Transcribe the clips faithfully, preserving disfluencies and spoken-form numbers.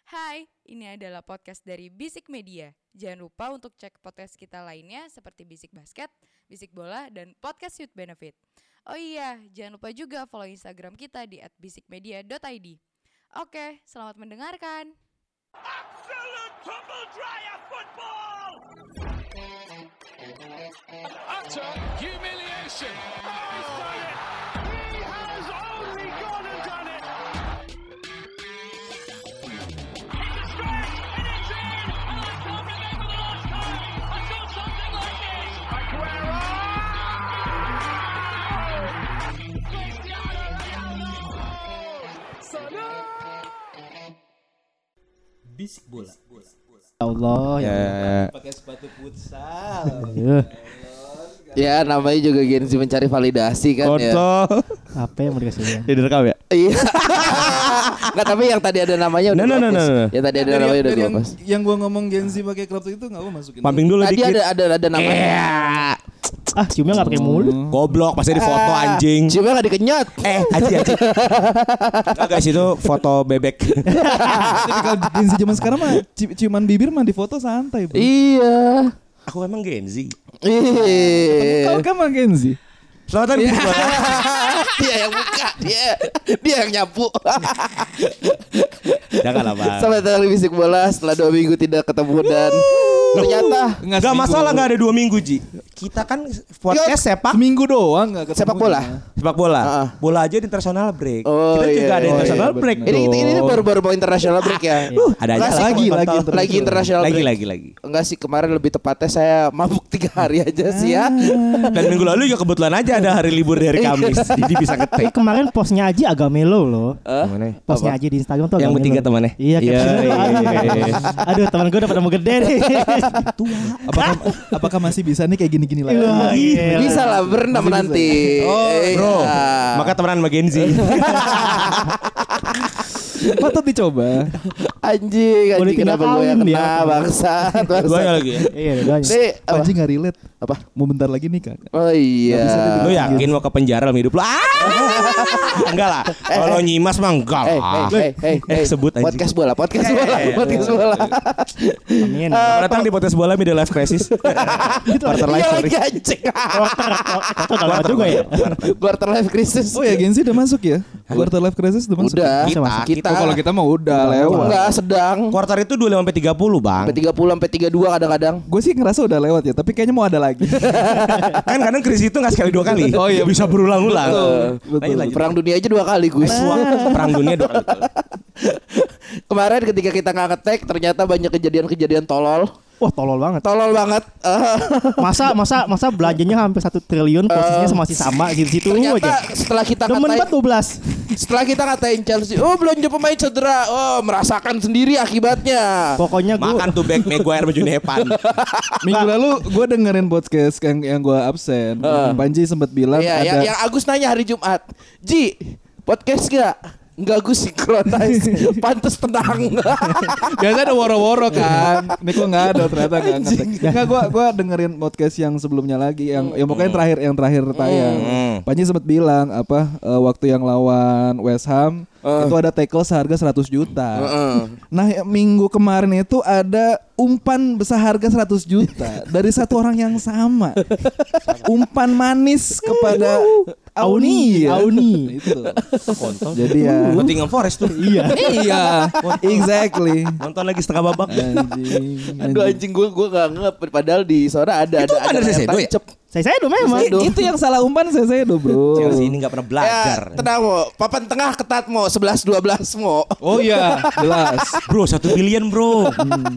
Hai, ini adalah podcast dari Bisik Media. Jangan lupa untuk cek podcast kita lainnya seperti Bisik Basket, Bisik Bola, dan Podcast Youth Benefit. Oh iya, jangan lupa juga follow Instagram kita di at bisikmedia dot i d. Oke, selamat mendengarkan. Absolute tumble dryer football! Utter humiliation! Oh, he's done it! He has only gone and done it! It's a stretch, and it's in! And I can't remember the last time I saw something like this! Aguero! Cristiano Ronaldo! Salah! Bisik bola. Allah ya. Ya. Pakai sepatu futsal. Ya namanya juga Gen Z mencari validasi kan ya. Kontol. Apa yang mau dikasih lihat? Ya direkam ya? Iya. Enggak, tapi yang tadi ada namanya udah No, no, no, bagus. no, no. Yang tadi ada namanya udah yang, bagus. yang gua ngomong Gen Z pakai klub itu enggak gua masukin. Pumping dulu Tadi dikit. ada ada ada namanya. Ah, ciumnya enggak pakai mulut. Goblok, pasti di foto anjing. Ciumnya enggak dikenyot. Eh, aji aji. Enggak guys, itu foto bebek. Kalau Gen Z zaman sekarang mah ci- ciuman bibir mah di foto santai, Bro. Iya. Aku emang Gen Z. Iya. Kau kan mah Gen Z. Selamat datang di Bisik Bola. Dia yang buka, dia dia yang nyapu. Janganlah, Bang. Sampai datang di Bisik Bola setelah dua minggu tidak ketemu dan ternyata Enggak masalah enggak ada dua minggu, Ji. Kita kan podcast sepak Seminggu doang enggak ketemu. sepak bola. sepak bola. Uh-uh. Bola aja di international break. Oh, Kita juga iya, ada iya, international iya, break. benar. Ini dong. ini baru-baru mau international break ya. Uh, ada aja Enggak sih, lagi, kontol. lagi international. Lagi international lagi break. lagi lagi. Enggak sih, kemarin lebih tepatnya saya mabuk tiga hari aja sih ya. Dan minggu lalu ya kebetulan aja ada hari libur di hari Kamis. Jadi bisa Eh ngetik. kemarin postnya Aji agak melo loh. Mana? Postnya Aji di Instagram tuh Yang agak bertiga melo. temannya? Iya, Iya, captionnya tuh, iya. aduh. Aduh, teman gue udah pada mau gede nih. Apakah apakah masih bisa nih kayak gini-gini lagi? Wah, iya. Bisa lah berenam nanti. Oh, Bro, Iya. maka temenan sama Gen Z. Patut dicoba. Anjing, Boleh anjing tinggal kenapa gue yang kawin dia. kena bangsat, Gue bangsat. lagi ya. Iya, udah. Nih, apa? Panji enggak relate. Apa? Mau bentar lagi nikah. Oh iya. Lu yakin mau ke penjara dalam hidup lu? Ah! Enggak lah. Kalau nyimas mah enggak Eh, lah. hey, hey, hey, hey. Sebut anjing. Podcast bola, podcast bola, Eh, podcast bola. Amin. Selamat datang di podcast bola Middle Life Crisis. Quarter life Iya sorry. lagi anjing. Quarter, quarter udah lama juga ya. Quarter life crisis. Oh ya Gen Z udah masuk ya? Quarter life crisis udah masuk. Udah, Kita, kita. Oh, kalau kita mah udah lewat. Enggak sedang. Quarter itu dua puluh lima sampai tiga puluh, Bang. Sampai tiga puluh sampai tiga puluh dua kadang-kadang. Gue sih ngerasa udah lewat ya, tapi kayaknya mau ada lagi. Kan kadang krisis itu enggak sekali dua kali. Oh iya, bisa berulang-ulang. Betul. Lanjut, lanjut. Perang dunia aja dua kali, Gus. Perang dunia dua kali. Kemarin ketika kita nggak ngetek ternyata banyak kejadian-kejadian tolol. Wah, tolol banget. Tolol banget. Masa masa masa belanjanya hampir satu triliun, posisinya masih sama di situ Ternyata aja. setelah kita Demen ngatain banget dua belas. setelah kita ngatain Chelsea, oh belanja pemain cedera, oh merasakan sendiri akibatnya. Pokoknya gue Makan tuh back Maguire baju Nepan. Minggu lalu gue dengerin podcast yang yang gue absen. Panji sempat bilang Iya, ada. yang, yang Agus nanya hari Jumat, Ji, podcast gak? Enggak, Gus sinkronize. Pantes tenang. Biasa ada woro-woro kan. Ini kok nggak ada ternyata nggak ngetek. Nggak, gue gue dengerin podcast yang sebelumnya lagi, yang yang pokoknya yang terakhir yang terakhir tayang. Panji sempat bilang apa eh, waktu yang lawan West Ham itu ada tackle seharga seratus juta. Nah ya, minggu kemarin itu ada umpan berharga seratus juta dari satu orang yang sama. Umpan manis kepada Auni, ya. Auni. Itu. Jadi ya. Nottingham Forest tuh. Iya. Iya, exactly. Nonton lagi setengah babak. Anjing, Aduh anjing gue gue gak ngep. Padahal di sana ada Itu ada kan ada dari layar Sesedo ya? tancap. Saya saya udah memang. Sesedo. Itu yang salah umpan saya do bro. Chelsea ini enggak pernah belajar. Ya, tenang mo. Papan tengah ketat mo. sebelas dua belas mo. Oh iya, jelas. Bro, satu billion, Bro.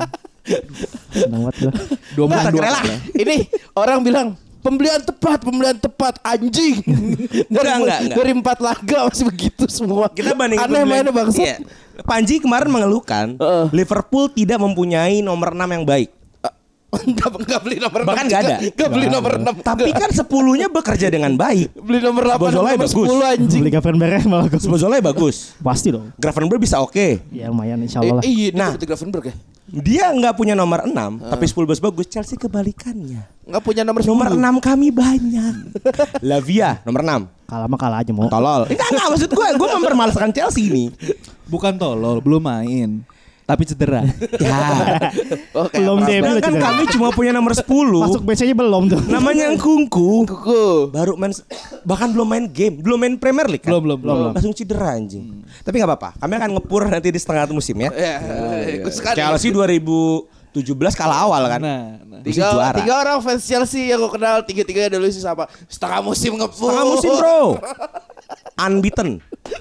Senang banget gue. Dua Nah, menit dua. rela. Ini orang bilang pembelian tepat, pembelian tepat anjing. dari, Enggak, enggak, enggak. dari empat laga masih begitu semua. Kita bandingin aneh pembelian- mainnya bangsa. Iya. Panji kemarin mengeluhkan Heeh. Liverpool tidak mempunyai nomor enam yang baik. Enggak enggak beli nomor enam. Bahkan nggak ada. Enggak beli nomor enam. Tapi kan sepuluhnya bekerja dengan baik. beli nomor delapan Bozola nomor bagus. sepuluh anjing. Beli Gravenberch malah gue. Bozola bagus. Pasti dong. Gravenberch bisa oke. Ya lumayan insya Eh, Allah lah. iya, Nah. nah, Gravenberch ya. Dia nggak punya nomor enam, tapi sepuluh belas bagus. Chelsea kebalikannya. Enggak punya nomor Nomor sepuluh. enam kami banyak. Lavia nomor enam. Kalah mah kalah aja mau. Tolol. Enggak enggak maksud gue, gue mempermalaskan Chelsea ini. Bukan tolol, belum main. Tapi cedera. Ya. Oh, kayak Belum Pram. debut Kan cedera. kami cuma punya nomor sepuluh. Masuk bench aja belum tuh. Namanya Ngkungku. Kuku. Baru main bahkan belum main game, belum main Premier League kan? Belum, belum, belum. Langsung cedera anjing. Tapi enggak apa-apa. Kami akan ngepur nanti di setengah musim ya. Ya, ikut sekali. Chelsea dua ribu tujuh belas kalah awal kan. Nah, nah. Mesti Tiga, juara. tiga orang fans Chelsea yang gue kenal, tiga-tiganya dulu sih sama setengah musim ngepur. Setengah musim bro. Unbeaten.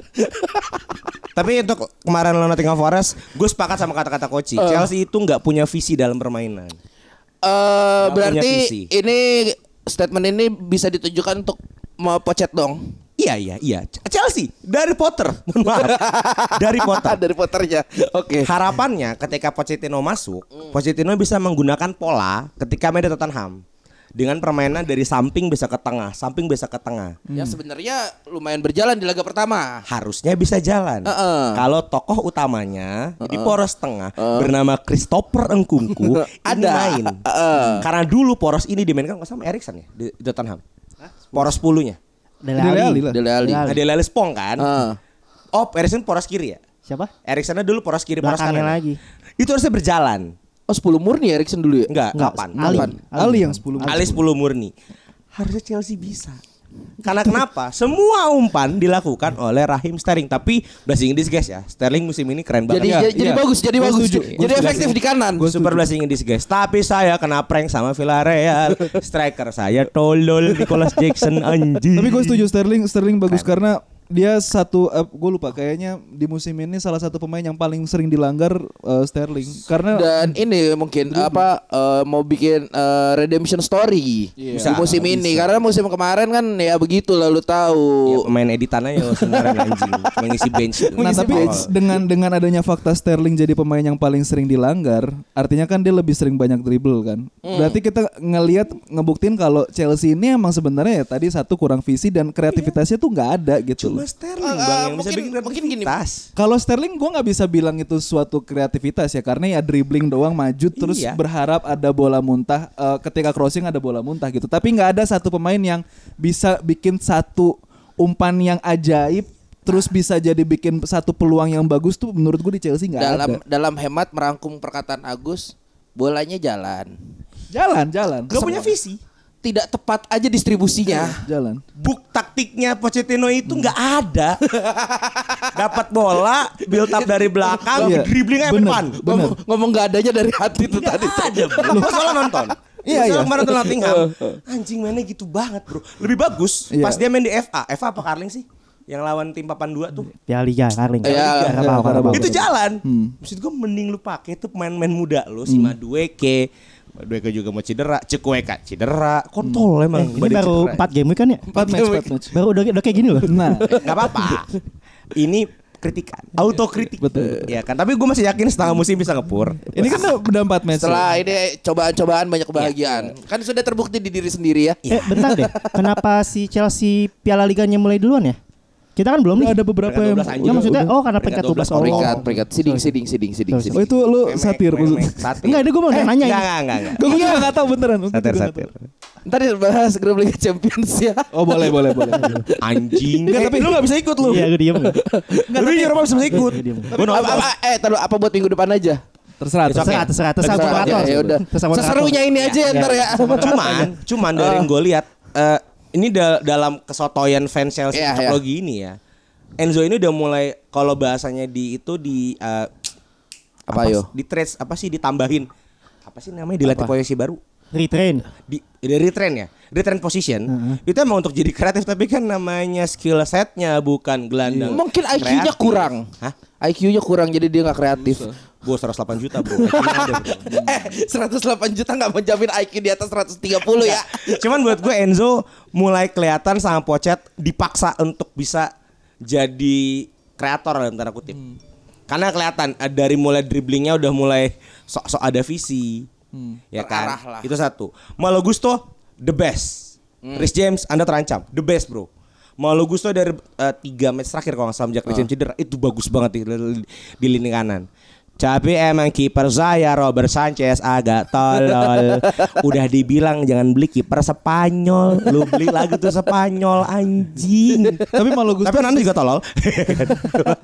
Tapi untuk kemarin lawan Nottingham Forest, gue sepakat sama kata-kata Koci. Uh. Chelsea itu nggak punya visi dalam permainan. Eh, Nggak punya berarti visi. ini statement ini bisa ditujukan untuk mau Pochet dong. Iya iya iya. Chelsea dari Potter. Mohon maaf. Dari Potter. Dari Potternya. Oke. Harapannya ketika Pochettino masuk, Pochettino bisa menggunakan pola ketika main di Tottenham. Dengan permainan dari samping bisa ke tengah, samping bisa ke tengah. Yang sebenarnya lumayan berjalan di laga pertama. Harusnya bisa jalan. Uh-uh. Kalau tokoh utamanya di poros tengah bernama Christopher Ngkungku ini Ada. main. Uh-uh. Karena dulu poros ini dimainkan sama Eriksen ya di, di Tottenham. Poros sepuluhnya. Dele Dele Alli. Alli lah. Dele Alli. Dele Alli. Ada Lele Spong kan? Uh. Oh, Eriksen poros kiri ya? Siapa? Eriksennya dulu poros kiri, poros Belakangnya kanan. lagi. Itu harusnya berjalan. Oh sepuluh murni Eriksen dulu ya? Enggak, Enggak, kapan? Ali. Kapan? Ali yang sepuluh. Ali sepuluh murni. Harusnya Chelsea bisa. Karena kenapa? Semua umpan dilakukan oleh Raheem Sterling. Tapi blessing in disguise ya. Sterling musim ini keren Jadi banget. Iya, jadi, jadi iya. bagus, jadi Gua bagus. setuju. Jadi Gua efektif setuju. di kanan. Super blessing in disguise. Tapi saya kena prank sama Villarreal. Striker saya tolol Nicholas Jackson anjing. Tapi gue setuju Sterling Sterling bagus karena dia satu uh, gue lupa kayaknya di musim ini salah satu pemain yang paling sering dilanggar uh, Sterling karena Dan ini mungkin apa eh, mau bikin eh, redemption story Iya. di musim Bisa, ini bisa. karena musim kemarin kan ya begitu lah lu Ya, tahu. pemain editan aja sebenarnya anjing. Mengisi bench. Nah tapi dengan dengan adanya fakta Sterling jadi pemain yang paling sering dilanggar, artinya kan dia lebih sering banyak dribble kan. Berarti kita ngelihat ngebuktiin kalau Chelsea ini emang sebenarnya ya tadi satu kurang visi dan kreativitasnya tuh nggak ada gitu. Cuma loh. Sterling Eh, bang eh, yang bisa mungkin- bikin mungkin gini. kreativitas. Kalau Sterling gue nggak bisa bilang itu suatu kreativitas ya karena ya dribbling doang maju terus Iya. berharap ada bola muntah eh, ketika crossing ada bola muntah gitu. Tapi nggak ada satu pemain yang bisa bikin satu umpan yang ajaib terus bisa jadi bikin satu peluang yang bagus tuh menurut gue di Chelsea nggak Dalam ada. dalam hemat merangkum perkataan Agus, bolanya jalan. Jalan jalan. Gak punya visi. Tidak tepat aja distribusinya. Jalan. Buk taktiknya Pochettino itu nggak ada. Dapat bola, build up dari belakang, Iya. dribblingnya Bener, depan. bener. Ngomong, ngomong gak adanya dari hati tuh Nggak tadi. ada. Lu soalnya nonton. Iya, iya. Kemarin nonton Nottingham. Anjing mainnya gitu banget bro. Lebih bagus Iya. pas dia main di F A. F A apa Carling sih? Yang lawan tim papan dua tuh. Piala Liga, Carling. Iya, Carabao, iya, Carabao. Itu jalan. Hmm. Maksud gue mending lu pakai tuh pemain-pemain muda lu si Madueke. Madueke juga mau cedera, Cukweka cedera. Kontol emang. Eh, ini baru empat game week kan ya? Empat match, empat match. Baru udah, udah kayak gini loh. Nah, Gak apa-apa. Ini kritikan, autokritik. Betul. Ya kan, tapi gue masih yakin setengah musim bisa ngepur. ini kan udah- udah empat match. Setelah ini cobaan-cobaan banyak kebahagiaan. Kan sudah terbukti di diri sendiri ya. Eh bentar deh. Kenapa si Chelsea Piala Liganya mulai duluan ya? Kita kan belum nih. Udah ada beberapa Peringkat yang dua belas anjing. Enggak maksudnya Udah. oh karena Peringkat peringkat dua belas dua belas, Peringkat, peringkat, siding, siding, siding, siding, Terus, Oh siding. itu lu satir maksud. Satir. Enggak, ini gue mau nanya Enggak, ini. enggak, enggak, enggak. Gue juga nggak tahu beneran. Gua Satir, juga nggak satir. tahu. Ntar bahas grup Liga Champions ya. Oh boleh boleh boleh. Anjing. Enggak, Eh, tapi- lu gak bisa ikut lu. Iya gue diem. Lu di Eropa bisa ikut. Gue diem. Gua nonton. Apa, apa, eh, taruh apa buat minggu depan aja? Terserah. Besok terserah. Terserah, terserah, terserah Terserah, moderator. ya, ya udah. Terserah moderator. Seserunya ini aja Ya, ntar ya. Cuman, cuman dari yang gue lihat eh, ini da- dalam kesotoyan fans Chelsea Iya, yeah, iya. gini ya. Enzo ini udah mulai kalau bahasanya di itu di eh, Apa, yo? Di trades apa sih ditambahin? Apa sih namanya dilatih Apa? posisi baru? Retrain. Di dari retrain ya. Retrain position. Itu emang untuk jadi kreatif tapi kan namanya skill setnya bukan gelandang. Mungkin I Q-nya kreatif. kurang. Hah? I Q-nya kurang jadi dia nggak kreatif. Bos seratus delapan juta bro. I Q-nya ada, bro. eh, seratus delapan juta nggak menjamin I Q di atas seratus tiga puluh ya. Cuman buat gue Enzo mulai kelihatan sama Pochet dipaksa untuk bisa jadi kreator dalam tanda kutip. Hmm. Karena kelihatan eh, dari mulai dribblingnya udah mulai sok-sok ada visi. Ya Terarah kan? lah. Itu satu. Malo Gusto the best. Hmm. Rhys James Anda terancam. The best bro. Malo Gusto dari eh, tiga match terakhir kalau nggak salah sejak Rhys Ah. James cedera itu bagus banget di, di lini kanan. Tapi emang kiper saya Robert Sanchez agak tolol. Udah dibilang jangan beli kiper Spanyol. Lu beli lagi tuh Spanyol anjing. Tapi malu gue. Tapi Nando juga tolol.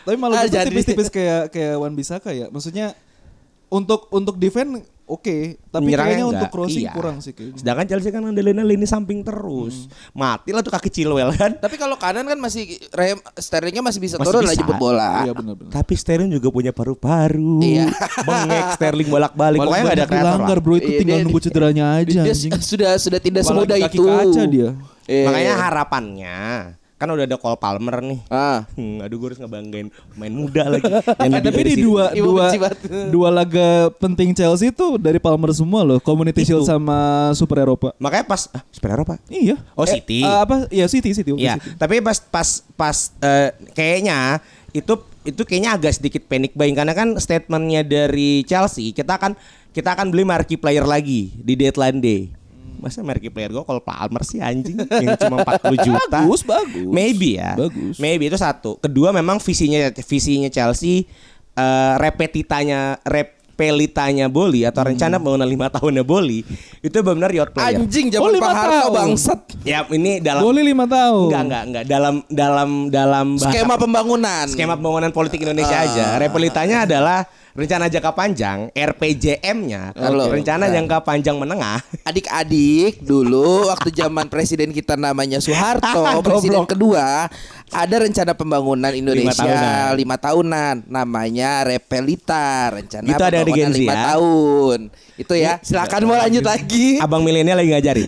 Tapi malah Ah, gitu jadi. tipis-tipis kayak kayak Wan Bisaka ya. Maksudnya untuk untuk defend oke, tapi Menyerangnya kayaknya enggak. untuk crossing Iya. kurang sih kayaknya. Sedangkan Chelsea kan andalinnya lini samping terus. Mati lah tuh kaki Chilwell kan. Tapi kalau kanan kan masih Raheem Sterlingnya masih bisa Masih turun lah bisa. jemput bola. Iya benar-benar. Tapi Sterling juga punya paru-paru. Iya. Bengek Sterling bolak-balik. Pokoknya enggak ada kreator dilanggar lah. bro itu Iya, tinggal dia- nunggu cederanya aja Dia anjing. sudah sudah tidak Apalagi semudah kaki itu. kaca dia. Iya. Makanya harapannya kan udah ada Cole Palmer nih. Ah. Hmm, aduh gue harus ngebanggain pemain muda lagi. Yang Eh, tapi dari di sini. dua Ibu dua benci banget. dua laga penting Chelsea itu dari Palmer semua loh. Community Itu. Shield sama Super Eropa. Makanya pas ah, Super Eropa. Iya. Oh, Eh, City. eh, apa? Iya City City. oke, Iya, City. tapi pas pas pas eh, kayaknya itu itu kayaknya agak sedikit panic buying karena kan statementnya dari Chelsea kita akan kita akan beli marquee player lagi di deadline day. Masa marquee player gue kalau Palmer sih anjing yang cuma empat puluh juta. Bagus, bagus. Maybe ya. Bagus. Maybe itu satu. Kedua memang visinya visinya Chelsea eh, repetitanya repelitanya Boli atau Hmm. rencana pembangunan lima tahunnya Boli itu benar yacht player. Anjing Oh, zaman lima Pak Harto tahun. bangsat. Ya ini dalam Boleh lima tahun. enggak enggak enggak dalam dalam dalam bahasa Skema pembangunan. skema pembangunan politik Indonesia Ah. aja. Repelitanya adalah rencana jangka panjang, R P J M-nya, Halo. rencana Nah. jangka panjang menengah. Adik-adik dulu waktu zaman presiden kita namanya Soeharto, presiden kedua, ada rencana pembangunan Indonesia tahunan. lima tahunan, namanya Repelita, rencana Gitu ada di pembangunan Gen Z lima ya. tahun. Itu ya, silakan mau lanjut lagi. Abang milenial lagi ngajarin.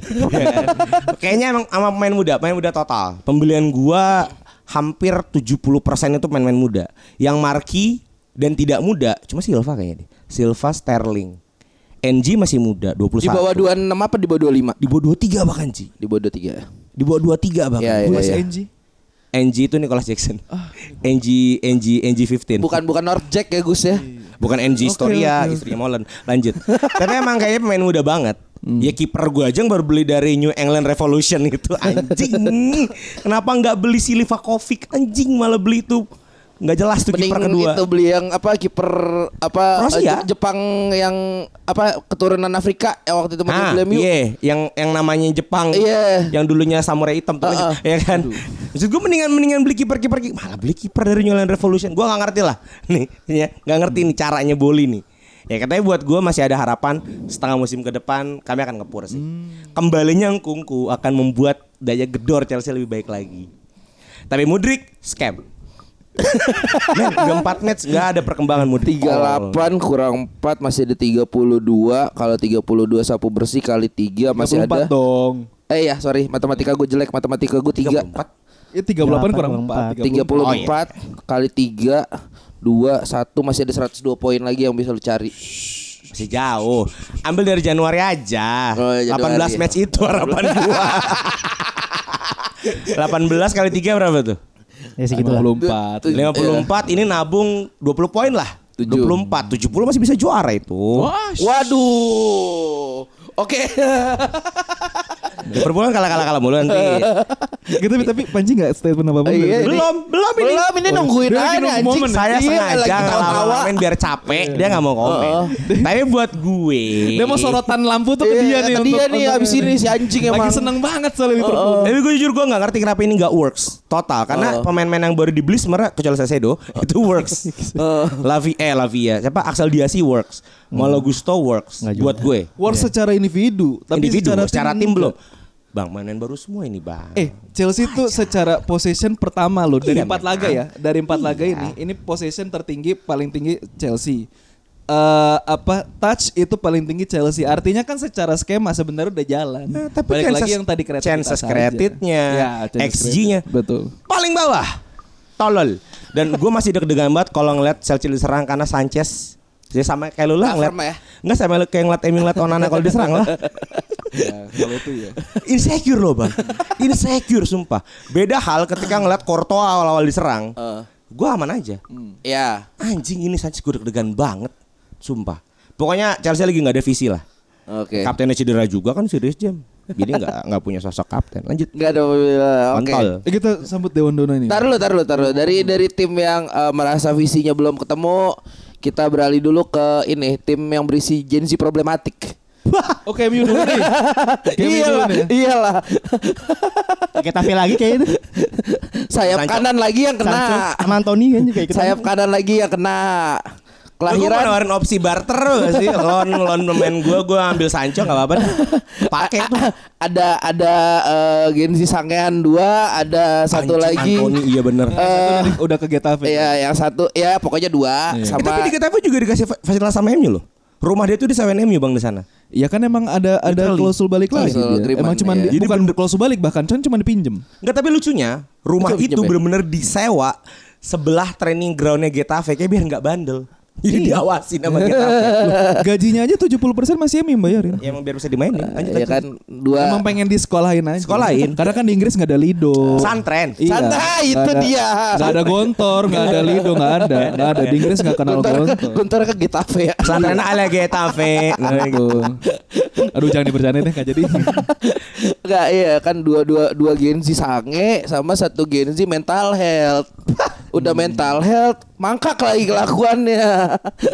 Kayaknya emang sama pemain muda, pemain muda total. Pembelian gua hampir tujuh puluh persen itu pemain-pemain muda. Yang marquee dan tidak muda cuma Silva kayaknya deh. Silva, Sterling. N G masih muda, dua puluh Di satu. bawah dua puluh enam apa di bawah dua puluh lima? Di bawah dua puluh tiga bahkan Ci. Di bawah dua puluh tiga. Di bawah dua puluh tiga bahkan. Iya, iya, Gua iya. masih- N G. N G itu Nicholas Jackson. N G N G N G lima belas. Bukan bukan North Jack ya Gus ya. Bukan N G Oke, Storia, oke, istrinya Molen. Lanjut. Tapi emang kayaknya pemain muda banget. Ya kiper gue aja yang baru beli dari New England Revolution itu anjing. Kenapa nggak beli si Livakovic anjing malah beli itu nggak jelas tuh Mending kiper kedua. itu beli yang apa kiper apa Kroasia. eh, Jepang yang apa keturunan Afrika yang waktu itu mau Ah, beli M U. iya, yang yang namanya Jepang, Iya. yang dulunya samurai hitam tuh, Uh-uh. ya kan. Maksud gue mendingan mendingan beli kiper kiper malah beli kiper dari New England Revolution. Gue nggak ngerti lah, nih, ya nggak ngerti nih caranya Boli nih. Ya katanya buat gue masih ada harapan setengah musim ke depan kami akan ngepur sih. Kembalinya Nkunku akan membuat daya gedor Chelsea lebih baik lagi. Tapi Mudryk scam. Men, udah empat match nggak ada perkembangan Mudryk. tiga puluh delapan kurang empat masih ada tiga puluh dua. Kalau tiga puluh dua sapu bersih kali tiga masih tiga puluh empat ada. dong. Eh ya sorry matematika gue jelek. Matematika gue tiga. Ya tiga puluh delapan kurang Delapan, empat. tiga puluh empat kali tiga dua satu masih ada seratus dua poin lagi yang bisa lu cari. Masih jauh. Ambil dari Januari aja. Oh, Januari. delapan belas match itu harapan gua. delapan belas kali tiga berapa tuh? Ya lima segitulah. puluh empat. lima puluh empat ini nabung dua puluh poin lah. Tujuh. dua puluh empat, tujuh puluh masih bisa juara itu. Waduh. Oke. Liverpool kan kalah-kalah kalah mulu nanti. Gitu tapi tapi Panji enggak statement apa-apa. Iya, dari- belum, belum ini. Belum ini nungguin Dia lagi aja nunggu anjing. momen. Saya Iya, sengaja lagi tawa-tawa. ngalamin biar capek, dia nggak mau komen. Tapi buat gue, Dia mau sorotan lampu tuh ke Iya, dia nih. ke dia nih abis ini si anjing emang. Lagi seneng banget soal Liverpool. Tapi gue jujur gue nggak ngerti kenapa ini nggak works total karena Oh. pemain-pemain yang baru dibeli sebenarnya kecuali Sesedo itu works. Lavi eh Lavia siapa Axel Diasi works, Malo Gusto works Nggak juga. buat gue. War secara individu, tapi Individu secara, secara tim enggak. belum. Bang main baru semua ini bang. Eh, Chelsea tuh secara possession pertama loh dari Iya, empat memang. laga ya. Dari empat Iya. laga ini, ini possession tertinggi paling tinggi Chelsea. Eh apa touch itu paling tinggi Chelsea. Artinya kan secara skema sebenarnya udah jalan. Nah, tapi Balik chances- lagi yang tadi kreatif chances kreditnya, X G-nya. betul. Paling bawah. Tolol. Dan gue masih deg-degan banget kalau ngeliat Chelsea diserang karena Sanchez dia sama kayak lu lah ngeliat. Affirm ya? Enggak sama lu kayak ngeliat Emi ngeliat Onana kalau diserang lah. Ya, kalau itu ya. Insecure loh bang. Insecure sumpah. Beda hal ketika ngeliat Courtois awal-awal diserang. Eh. Gue aman aja. Ya. Anjing ini Sanchez gue deg-degan banget. Sumpah. Pokoknya Chelsea lagi gak ada visi lah. Oke. Kaptennya cedera juga kan serius jam. Jadi gak, gak punya sosok kapten. Lanjut. Enggak ada oke. Kontol. Eh, kita sambut Dewan Dona ini. Taruh dulu, taruh dulu, taruh dulu. Dari dari tim yang eh, merasa visinya belum ketemu, kita beralih dulu ke ini tim yang berisi Gen Z problematik. Oke, M U dulu nih. Kayak M U dulu iyalah, nih. iyalah. Kita pilih lagi kayak itu. sayap Sancho. kanan lagi yang kena. Sancho sama Anthony kan juga ikutan. Sayap kanan lagi yang kena. Gue mau Kelahiran nawarin opsi barter gak sih? Loan loan pemain gue, gue ambil Sancho nggak apa-apa. Pakai tuh. ada ada uh, Genzi Sangean dua, ada satu Anjing, lagi. Anthony, iya bener. Eh, Udah ke Getafe. Iya, yang satu ya pokoknya dua Iya. Eh, sama tapi di Getafe juga dikasih fa- fasilitas sama M U loh. Rumah dia tuh di seven M U bang di sana. Iya kan emang ada ada Literally. klausul balik lagi Klausul dia. agreement, Emang cuman iya. di- Jadi bukan bener- klausul balik bahkan kan cuma dipinjem. Enggak, tapi lucunya rumah Betul, itu pinjem ya? bener-bener disewa sebelah training groundnya Getafe kayak biar nggak bandel. Jadi diawasin sama Getafe. Gajinya aja tujuh puluh persen masih Emi yang bayarin. Ya emang biar bisa dimainin. Lanjut, ya lanjut. kan dua Emang pengen disekolahin aja. Sekolahin. Karena kan di Inggris nggak ada Lido. Santren. Iya. Santai, itu Nggak ada- dia. Nggak ada Gontor, nggak ada Lido, nggak ada. Nggak ada di Inggris nggak kenal Gontor, Gontor. Gontor ke Getafe ya. Santren ala Getafe. Nah, gitu. Tuh. Aduh jangan dibercandain deh nggak jadi. Enggak, iya kan dua dua dua Genzi sange sama satu Genzi mental health. Udah mental health, mangkak lagi kelakuannya.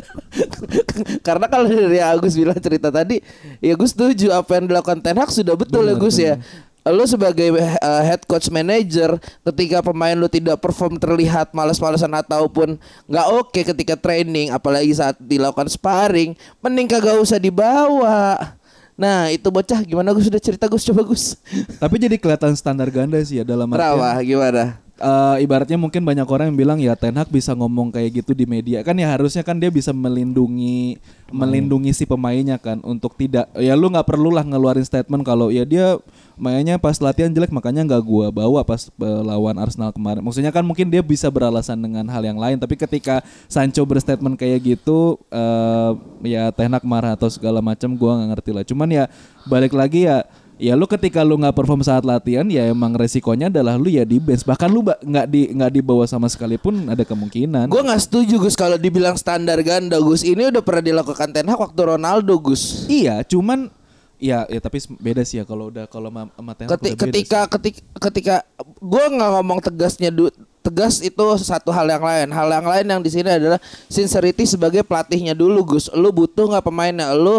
Karena kalau dari Agus bilang cerita tadi, ya Gus setuju apa yang dilakukan Ten Hag sudah betul ya Gus ya. Lu sebagai uh, head coach manager, ketika pemain lu tidak perform terlihat malas-malasan ataupun nggak oke ketika training, apalagi saat dilakukan sparring, mending kagak usah dibawa. Nah itu bocah gimana Gus, sudah cerita Gus, coba Gus. Tapi jadi kelihatan standar ganda sih ya dalam Kenapa? artian. Gimana? eh, ibaratnya mungkin banyak orang yang bilang ya Ten Hag bisa ngomong kayak gitu di media kan ya harusnya kan dia bisa melindungi melindungi si pemainnya kan untuk tidak ya lu nggak perlulah ngeluarin statement kalau ya dia mainnya pas latihan jelek makanya nggak gua bawa pas eh, lawan Arsenal kemarin. Maksudnya kan mungkin dia bisa beralasan dengan hal yang lain tapi ketika Sancho berstatement kayak gitu eh, ya Ten Hag marah atau segala macam gua nggak ngerti lah. Cuman ya balik lagi ya ya lu ketika lu nggak perform saat latihan ya emang resikonya adalah lu ya di bench bahkan lu nggak di nggak dibawa sama sekali pun ada kemungkinan. Gue nggak setuju Gus kalau dibilang standar ganda Gus. Ini udah pernah dilakukan Ten Hag waktu Ronaldo Gus. Iya cuman ya ya tapi beda sih ya kalau udah kalau sama sama Ten Hag Keti- udah beda ketika sih. ketika ketika gue nggak ngomong tegasnya du, tegas itu satu hal yang lain. Hal yang lain yang di sini adalah sincerity sebagai pelatihnya dulu Gus. Lu butuh nggak pemainnya? Lu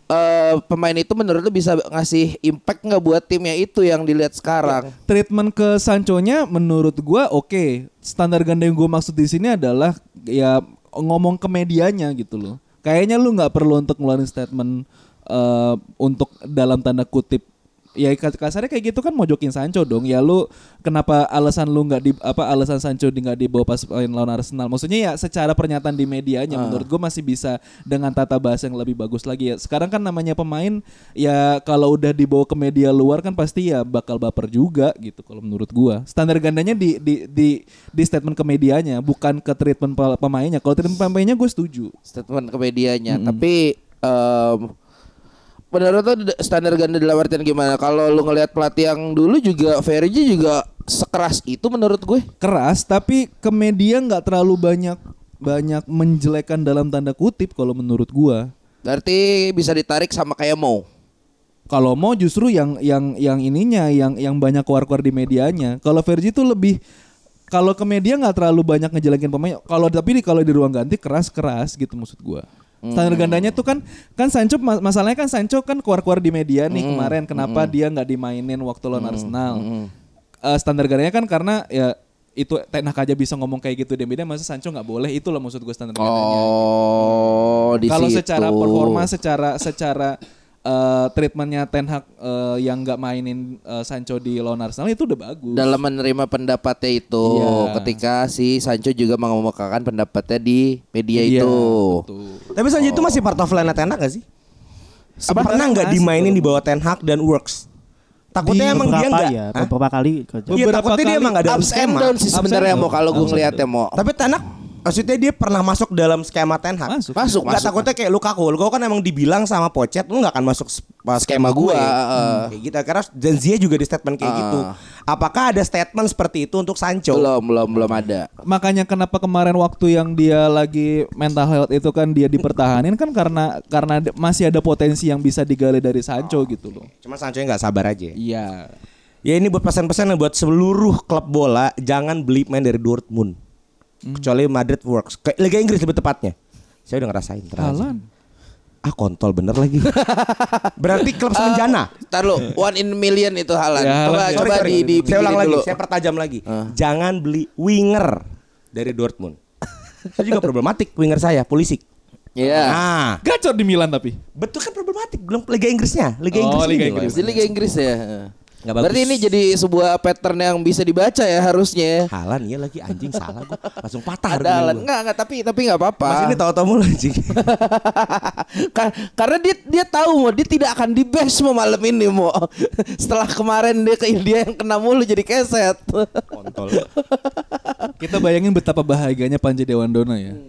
Uh, pemain itu menurut lu bisa ngasih impact nggak buat timnya itu yang dilihat sekarang? Treatment ke Sancho-nya menurut gua oke. Standar ganda yang gua maksud di sini adalah ya ngomong ke medianya gitu loh. Kayaknya lu nggak perlu untuk ngeluarin statement uh, untuk dalam tanda kutip ya kasarnya kayak gitu kan mojokin Sancho dong. Ya lu kenapa alasan lu nggak di apa alasan Sancho di nggak dibawa pas main lawan Arsenal? Maksudnya ya secara pernyataan di medianya Ah. menurut gue masih bisa dengan tata bahasa yang lebih bagus lagi ya. Sekarang kan namanya pemain ya kalau udah dibawa ke media luar kan pasti ya bakal baper juga gitu kalau menurut gua. Standar gandanya di di di di statement ke medianya bukan ke treatment pe- pemainnya. Kalau treatment pemainnya gue setuju. Statement ke medianya. Tapi um, menurut tuh standar ganda dalam artian gimana? Kalau lu ngelihat pelatih yang dulu juga Fergie juga sekeras itu menurut gue. Keras tapi ke media nggak terlalu banyak banyak menjelekan dalam tanda kutip kalau menurut gua. Berarti bisa ditarik sama kayak Mo. Kalau mau justru yang yang yang ininya yang yang banyak keluar-keluar di medianya. Kalau Fergie tuh lebih kalau ke media nggak terlalu banyak ngejelekin pemain. Kalau tapi di kalau di ruang ganti keras-keras gitu maksud gua. Standar gandanya tuh kan kan Sancho mas- masalahnya kan Sancho kan keluar-keluar di media nih kemarin kenapa dia nggak dimainin waktu lawan Arsenal. Eh, standar gandanya kan karena ya itu Ten Hag aja bisa ngomong kayak gitu di media masa Sancho nggak boleh itulah maksud gue standar gandanya. Oh, di Kalau situ. secara performa secara secara eh, treatmentnya Ten Hag eh, yang nggak mainin eh, Sancho di lawan Arsenal itu udah bagus. dalam menerima pendapatnya itu Iya. ketika si Sancho juga mengemukakan pendapatnya di media Iya, itu. betul. Tapi Sancho itu masih part of line Ten Hag gak sih? Apa? Pernah nggak Masih, dimainin belum. di bawah Ten Hag dan works? Takutnya Di emang dia beberapa nggak. ya, Hah? beberapa kali kerja. Iya, Beberapa takutnya dia kali emang nggak dalam Ups and skema. down sih Ups sebenarnya and mau down. kalau gue Ups and ngeliatnya down. mau. Tapi Ten Hag maksudnya dia pernah masuk dalam skema Ten Hag. Masuk. Masuk, Nggak masuk. takutnya kayak Lukaku. Lukaku kan emang dibilang sama Pochet lu nggak akan masuk s- pas skema gue. gua, uh. Hmm, kayak gitu. Karena dan Ziyech juga di statement kayak Uh. gitu. Apakah ada statement seperti itu untuk Sancho? Belum, belum, belum ada. Makanya kenapa kemarin waktu yang dia lagi mental health itu kan dia dipertahanin kan karena karena de- masih ada potensi yang bisa digali dari Sancho gitu loh. Cuma Sancho nggak sabar aja. Iya. Ya ini buat pesan-pesan buat seluruh klub bola, jangan beli main dari Dortmund. Kecuali Madrid works. Ke Liga Inggris lebih tepatnya. Saya udah ngerasain terasa. Haaland. Ah kontol bener lagi. Berarti klub semenjana. Ntar lu, one in million itu Haaland. Ya, Coba Haaland. coba Sorry, sorry. di, di Saya ulang lagi, dulu. saya pertajam lagi. Jangan beli winger dari Dortmund. Saya juga problematik winger saya, Pulisic. Iya. Nah, Gacor di Milan tapi. betul kan problematik, belum Liga Inggrisnya, Liga Oh, Inggris Liga ini. Inggris. Di Liga Inggris ya. Nggak bagus. Berarti ini jadi sebuah pattern yang bisa dibaca ya harusnya. Halan iya lagi anjing salah gua. Langsung patah Ada argumen Haaland. gua. Enggak, enggak, tapi tapi enggak apa-apa. Mas ini tahu-tahu mulu anjing. Ka- Karena dia dia tahu mau dia tidak akan di best mau malam ini mau. Setelah kemarin dia ke dia yang kena mulu jadi keset. Kontol. Kita bayangin betapa bahagianya Panji Dewandona ya.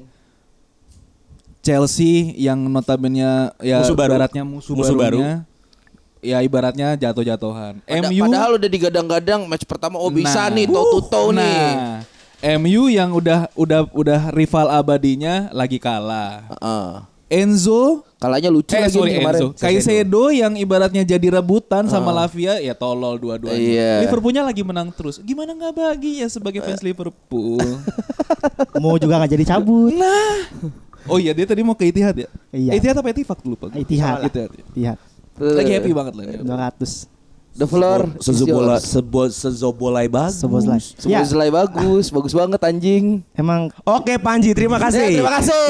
Chelsea yang notabene ya Musuh baru. ibaratnya musuh, Musuh barunya, ya ibaratnya jatuh-jatuhan. Pada- M U Padahal udah digadang-gadang match pertama oh bisa Nah. nih toe to toe nih. Nah, M U yang udah udah udah rival abadinya lagi kalah. Heeh. Enzo Kalahnya lucu eh lagi sorry nih kemarin. Enzo Caicedo yang ibaratnya jadi rebutan sama Lavia ya tolol dua-duanya. Iya. Liverpoolnya lagi menang terus. Gimana nggak bahagia sebagai fans Liverpool? Mau juga nggak jadi cabut. Oh iya dia tadi mau ke Etihad ya? Iya. Etihad apa Etihad lupa. gua. Etihad. Etihad. ya. Lihat Lagi happy banget lah. dia. dua ratus. The floor is Sezobola yours. sebo sezobolai bagus. Seboslah. Semua Ya, selai bagus, bagus banget anjing. emang Oke Panji, terima kasih. Eh, terima kasih.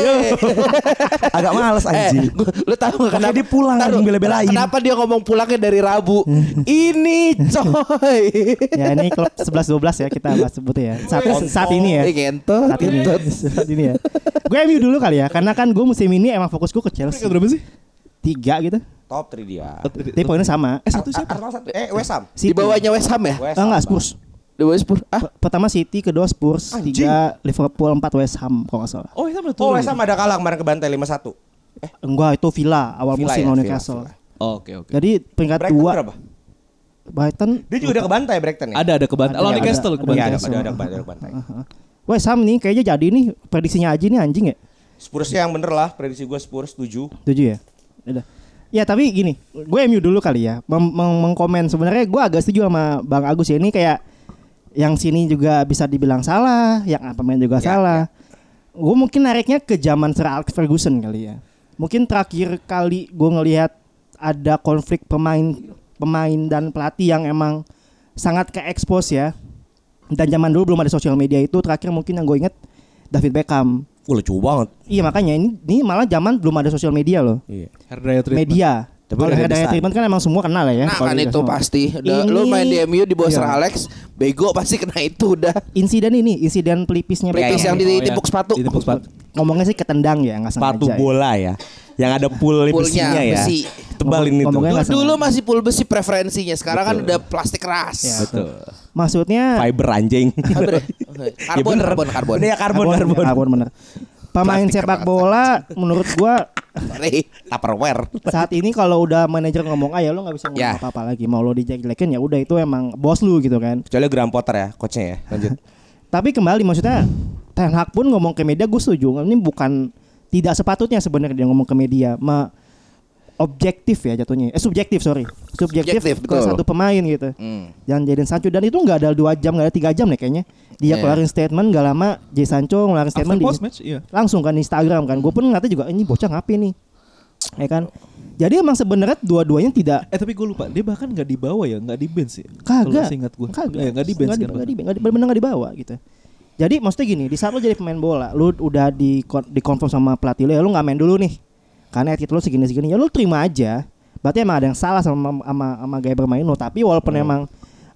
Agak males Eh, anjing. gua- lu tahu nggak Makanya kenapa dia pulang, Taruh, anjing, bela-belain. Kenapa dia ngomong pulangnya dari Rabu? Ini coy. ya ini klub sebelas dua belas ya kita bahas sebutnya ya. Saat, saat ini ya. Eh, ngentot. Saat ini. Saat ini ya. Gue M U dulu kali ya, karena kan gue musim ini emang fokus gue ke Chelsea. Peringkat berapa sih? Tiga gitu. Top tiga dia. Tapi poinnya sama. Eh satu siapa? Arsenal satu. Eh West Ham. Di bawahnya West Ham ya? West Ah, enggak Ham, Spurs. Di bawah Spurs. Ah, P- Pertama City, kedua Spurs, Anjing. tiga Liverpool, empat West Ham kalau nggak salah. Oh itu Oh West Ham ada kalah kemarin ke Bantai lima satu. Enggak, itu Villa awal Villa musim ya, lawan Villa, Newcastle. Villa. Oke oke. Jadi peringkat Brighton dua berapa? Brighton. Dia juga udah ke Bantai Brighton ya? Ada ada ke Bantai. Ada, Lawan ada, Newcastle ada. ke Bantai. Iya, ada Bantai. ada ada ke Bantai, ada ke Bantai. West Ham nih kayaknya jadi nih prediksinya Aji nih anjing ya. Spursnya yang bener lah, prediksi gue Spurs tujuh. Tujuh ya. Udah. Ya tapi gini, gue M U dulu kali ya. Mem- meng- mengkomen sebenarnya gue agak setuju sama Bang Agus ya, ini kayak yang sini juga bisa dibilang salah, yang apa main juga Ya, salah. Gue mungkin nariknya ke zaman Sir Alex Ferguson kali ya. Mungkin terakhir kali gue ngelihat ada konflik pemain pemain dan pelatih yang emang sangat ke expose ya. Dan zaman dulu belum ada sosial media itu, terakhir mungkin yang gue inget David Beckham. Wah lucu banget. Iya makanya ini ini malah zaman belum ada sosial media loh. Iya. Hair dryer treatment. Media. Tapi Kalau udah ada desain. treatment kan emang semua kenal lah ya. nah Kalau kan udah itu semua. pasti. Udah, Ini- lu main di M U di bawah Iya. Sir Alex, bego pasti kena itu udah. Insiden ini, insiden pelipisnya Pelipis Beckham. yang Oh, ditipuk iya. sepatu. Ditipuk sepatu. Ngomongnya sih ketendang ya, nggak sengaja. Sepatu ya. bola ya. Yang ada pool Poolnya, besinya ya. besi. Tebal ini tuh. Ngomongnya nggak Dulu sengaja. masih pool besi preferensinya, sekarang kan udah plastik keras. Ya. Betul. Maksudnya Fiber anjing. Karbon, Ya bener. karbon, karbon. Ini ya karbon, karbon. karbon bener. Pemain Plastik sepak keras. bola menurut gua Sorry. Tupperware. saat ini kalau udah manajer ngomong ah ya lo nggak bisa ngomong Ya. apa-apa lagi, mau lo dijelekin ya udah itu emang bos lu gitu kan. Kecuali Graham Potter ya, coachnya ya. Lanjut. Tapi kembali maksudnya Ten Hag pun ngomong ke media gue setuju. Ini bukan tidak sepatutnya sebenarnya dia ngomong ke media. Ma objektif ya jatuhnya. Eh subjektif sorry. Subjektif, Subjektif, ke betul. satu pemain gitu. Hmm. Jangan jadiin Sancho dan itu nggak ada dua jam, nggak ada tiga jam nih kayaknya. Dia Iya. keluarin statement nggak lama. Jay Sancho ngeluarin After statement di, post match, iya. langsung kan di Instagram kan. Gue pun ngeliatnya juga ini bocah ngapain nih, ya kan. Jadi emang sebenarnya dua-duanya tidak Eh tapi gue lupa, dia bahkan nggak dibawa ya, nggak di bench ya. kagak. Kalau seingat gue. Kagak. Eh, nggak di bench Nggak kan. di, nggak di, nggak di, bener-bener nggak dibawa gitu. Jadi maksudnya gini, di saat lo jadi pemain bola, lu udah di di confirm sama pelatih lu ya lu nggak main dulu nih. Karena attitude lu segini-segini, ya lu terima aja. Berarti emang ada yang salah sama sama, sama gaya bermain lo. Tapi walaupun Hmm. emang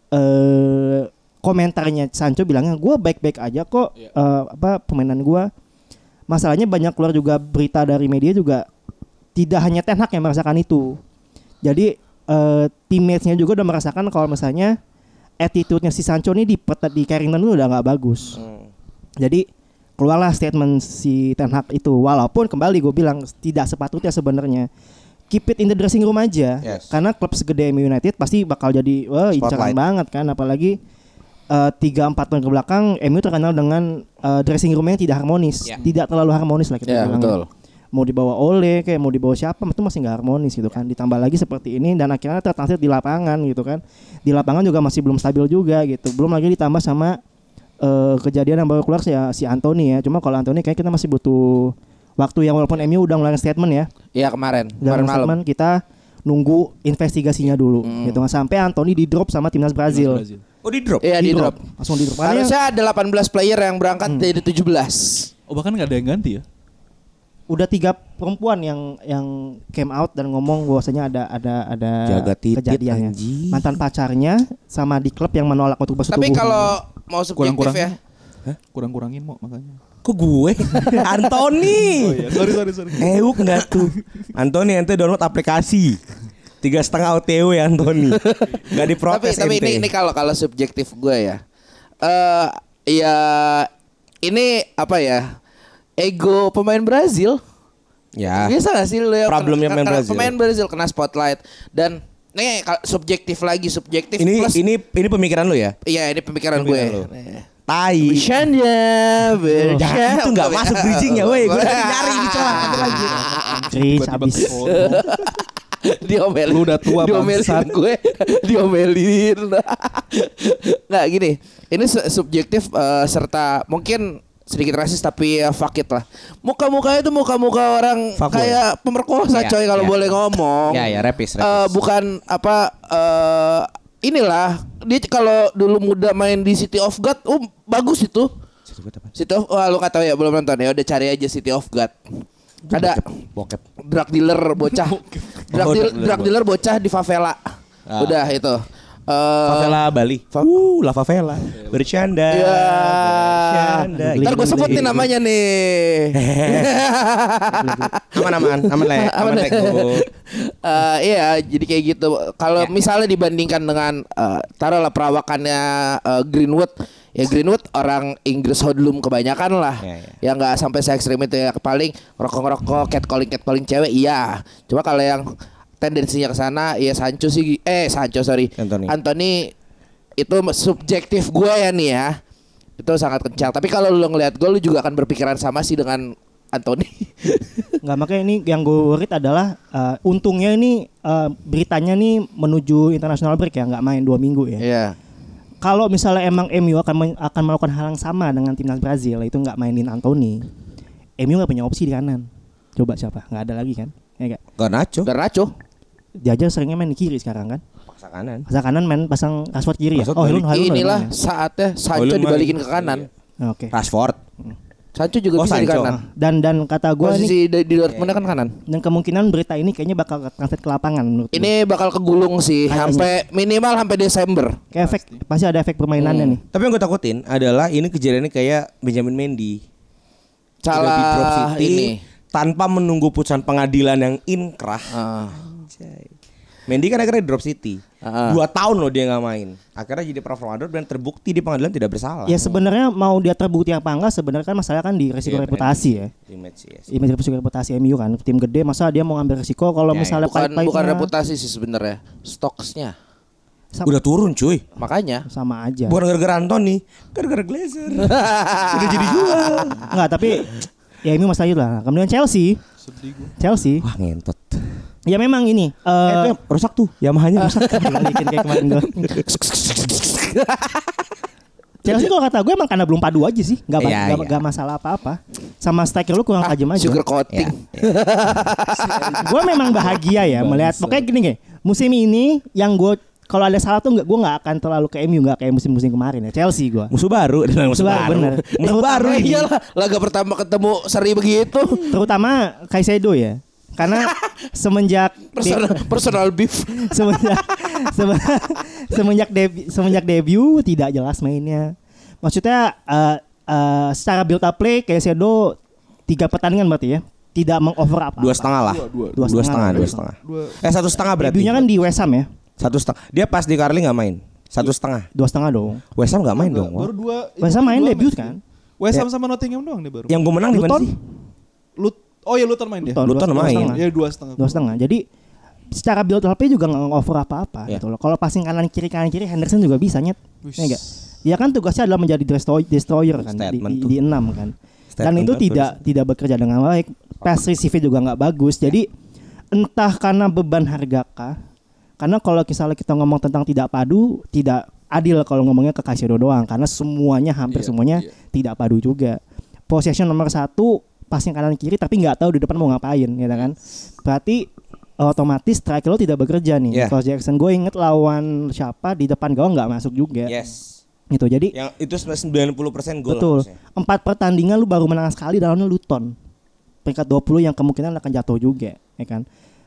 eh komentarnya Sancho bilangnya gue baik-baik aja kok, Iya. eh, apa permainan gue. Masalahnya banyak keluar juga berita dari media juga tidak hanya Ten Hag yang merasakan itu. Jadi eh, teammates-nya juga udah merasakan kalau misalnya attitude-nya si Sancho nih di peta- di Carrington itu udah nggak bagus. Jadi keluarlah statement si Ten Hag itu, walaupun kembali gue bilang tidak sepatutnya sebenarnya. Keep it in the dressing room aja. Yes. Karena klub segede M U United pasti bakal jadi wah incaran Spotlight. banget kan, apalagi tiga empat tahun ke belakang M U terkenal dengan uh, dressing room yang tidak harmonis, Ya. tidak terlalu harmonis lah kita Ya, bilang. betul. Mau dibawa Ole kayak mau dibawa siapa itu masih nggak harmonis gitu kan. Ditambah lagi seperti ini dan akhirnya tertranslate di lapangan gitu kan. Di lapangan juga masih belum stabil juga gitu. Belum lagi ditambah sama uh, kejadian yang baru keluar si, si Anthony ya. Cuma kalau Anthony kayak kita masih butuh waktu yang walaupun M U udah ngeluarin statement ya. Iya kemarin, Dan kemarin malam. statement kita nunggu investigasinya dulu Hmm. gitu kan sampai Anthony di drop sama timnas Brazil. Oh di drop. Iya di drop. Langsung di drop. Karena Harusnya ada delapan belas player yang berangkat jadi tujuh belas. Oh bahkan nggak ada yang ganti ya? udah tiga perempuan yang yang came out dan ngomong bahwasanya ada ada ada Jaga titit, kejadiannya. anjing. Mantan pacarnya sama di klub yang menolak untuk bersetubuh. Tapi kalau mau subjektif Kurang-kurang ya. Hah? Kurang-kurangin mau makanya. Kok gue? Anthony. Oh iya, sorry sorry sorry. Euk enggak tuh. Anthony ente download aplikasi. Tiga setengah O T W ya Anthony. Gak Tapi diprotes tapi ente. ini ini kalau kalau subjektif gue ya. Eh ya ini apa ya? Ego pemain Brazil. Ya. Biasa gak sih lu ya Problemnya kena- pemain kena- Brazil. Pemain Brazil kena spotlight dan nih kalau subjektif lagi subjektif Ini plus ini ini pemikiran lu ya? iya ini pemikiran Pemikiran gue. lu. Nih. Tai. Bercanda, bercanda. Jangan, itu nggak masuk bridgingnya, woi. Gue lagi nyari di celah. Satu lagi. Cris Tiba-tiba abis. kepotong. Diomelin. Lu udah tua, diomelin bangsat. gue. Diomelin. Nggak gini. Ini su- subjektif eh, serta mungkin sedikit rasis tapi ya fuck it lah. Muka-mukanya itu muka-muka orang Fuckboy. kayak pemerkosa Ya, coy kalau ya. boleh ngomong. Ya, ya, rapis, rapis. Eh, bukan apa eh inilah dia kalau dulu muda main di City of God, oh bagus itu. City of, wah lu nggak tahu ya belum nonton ya, udah cari aja City of God. Ada Bokep. drug dealer bocah, drug, Oh, deal- drug dealer drug dealer bocah di favela. Ah. Udah itu. Eh, Favela Bali. Fa- Uh, La Favela. Bercanda. Ya. Bercanda. Ntar gue sebutin namanya nih. Aman aman, aman lah. Ya. Aman lah. Eh, iya, jadi kayak gitu. Kalau misalnya dibandingkan dengan eh, taruhlah perawakannya eh, Greenwood, ya Greenwood orang Inggris hodlum kebanyakan lah. Ya, ya. Ya nggak sampai se ekstrim itu ya, paling rokok-rokok, catcalling catcalling cewek iya. Cuma kalau yang tendensinya ke sana ya Sancho sih eh Sancho sorry. Anthony. Anthony itu subjektif gue ya nih ya. Itu sangat kencang. Tapi kalau lu ngelihat gue, lu juga akan berpikiran sama sih dengan Anthony. Nggak, makanya ini yang gue worried adalah uh, untungnya ini uh, beritanya nih menuju international break ya, nggak main dua minggu ya. Iya. Kalau misalnya emang M U akan men- akan melakukan hal yang sama dengan timnas Brazil, itu nggak mainin Anthony, M U nggak punya opsi di kanan. Coba siapa? Nggak ada lagi kan? Ya nggak? Garnacho. Garnacho. Dia aja seringnya main di kiri sekarang kan? Paksa kanan. Pasang kanan main pasang Rashford kiri ya? Rashford Oh, balik. Harun Harun Inilah main ya? saatnya Sancho Holund main. dibalikin ke kanan. Oke. Rashford. Sancho juga Oh, bisa di Sancho. kanan. Dan dan kata gue nih, Posisi di, di Dortmund kan kanan. dan kemungkinan berita ini kayaknya bakal translate ke lapangan menurut gue. Ini bakal kegulung sih Kayaknya. sampai minimal sampai Desember. Kayak efek pasti ada efek permainannya nih. Tapi yang gue takutin adalah ini kejadiannya kayak Benjamin Mendy. Udah di drop Salah City ini. tanpa menunggu putusan pengadilan yang inkrah. Ah. Anjay. Mendy kan akhirnya di drop City. Ah. Dua tahun loh dia nggak main. Akhirnya jadi performador dan terbukti di pengadilan tidak bersalah. Ya sebenarnya mau dia terbukti apa enggak sebenarnya kan masalah kan di resiko Iya, reputasi ya. Image, yes. Image resiko reputasi M U kan tim gede masa dia mau ngambil resiko kalau Ya, ya. misalnya Bukan pahit-pahitnya bukan reputasi sih sebenarnya. Stokesnya. sama, Udah turun cuy. Makanya sama aja. Bukan gara-gara Anthony, gara-gara Glazer. Udah jadi jual. Enggak, tapi ya M U masalah itu lah. Kemudian Chelsea, Sedih gue. Chelsea. Wah ngentot. Ya memang ini Eh, eh itu rusak tuh. Yamahanya rusak. balikin kayak kemarin gue. Chelsea kalau kata gue emang karena belum padu aja sih, nggak, Iya, nggak, iya. nggak masalah apa-apa. Sama striker lu kurang tajam aja. sugar coating. Gue memang bahagia ya melihat. Pokoknya gini nih, musim ini yang gue kalau ada salah tuh nggak, gue nggak akan terlalu ke M U, nggak kayak musim-musim kemarin ya Chelsea gue. Musuh baru, musuh, Musuh baru, baru. bener. Musuh baru Ah, ini. iyalah, laga pertama ketemu seri begitu. Terutama Caicedo ya, karena semenjak Personal, personal beef. semenjak semenjak semenjak debi, semenjak debut tidak jelas mainnya. Maksudnya uh, uh, secara build up play Caicedo tiga pertandingan berarti ya tidak mengover apa. Dua setengah lah. Dua, dua, Dua, dua setengah, setengah, dua dua setengah. Dua. Eh satu setengah berarti. Debutnya kan di West Ham ya, Satu setengah. Dia pas di Carling nggak main. Satu setengah. dua setengah dong. West Ham nggak main dong. Baru dua. West Ham main dua debut match. kan? West Ham sama Nottingham doang nih baru. Yang gue menang di mana Luton? sih? Lut Oh ya Luton main dia. Luton, Luton dua- dua main. setengah. Ya dua setengah. Dua setengah. Jadi secara build up play juga nggak over apa-apa Ya. gitu loh. Kalau passing kanan kiri kanan kiri Henderson juga bisa nyet. Wis. Ya enggak? Dia kan tugasnya adalah menjadi destroy- destroyer kan di, Statement di, tuh. di enam kan. Dan Statement itu kan tidak tidak bekerja dengan baik. Pass receive juga nggak bagus. Jadi entah karena beban harga kah? Karena kalau misalnya kita ngomong tentang tidak padu, tidak adil kalau ngomongnya ke Caicedo doang. Karena semuanya hampir Iya, semuanya iya. tidak padu juga. Possession nomor satu passing kanan kiri tapi nggak tahu di depan mau ngapain, gitu kan? Berarti otomatis striker lo tidak bekerja nih. Yeah. Kalau Jackson gue inget lawan siapa di depan gawang nggak masuk juga. Yes. Gitu. Jadi Yang itu sembilan puluh persen gol. betul. Harusnya. Empat pertandingan lu baru menang sekali dalamnya Luton. Peringkat dua puluh yang kemungkinan akan jatuh juga, ya kan?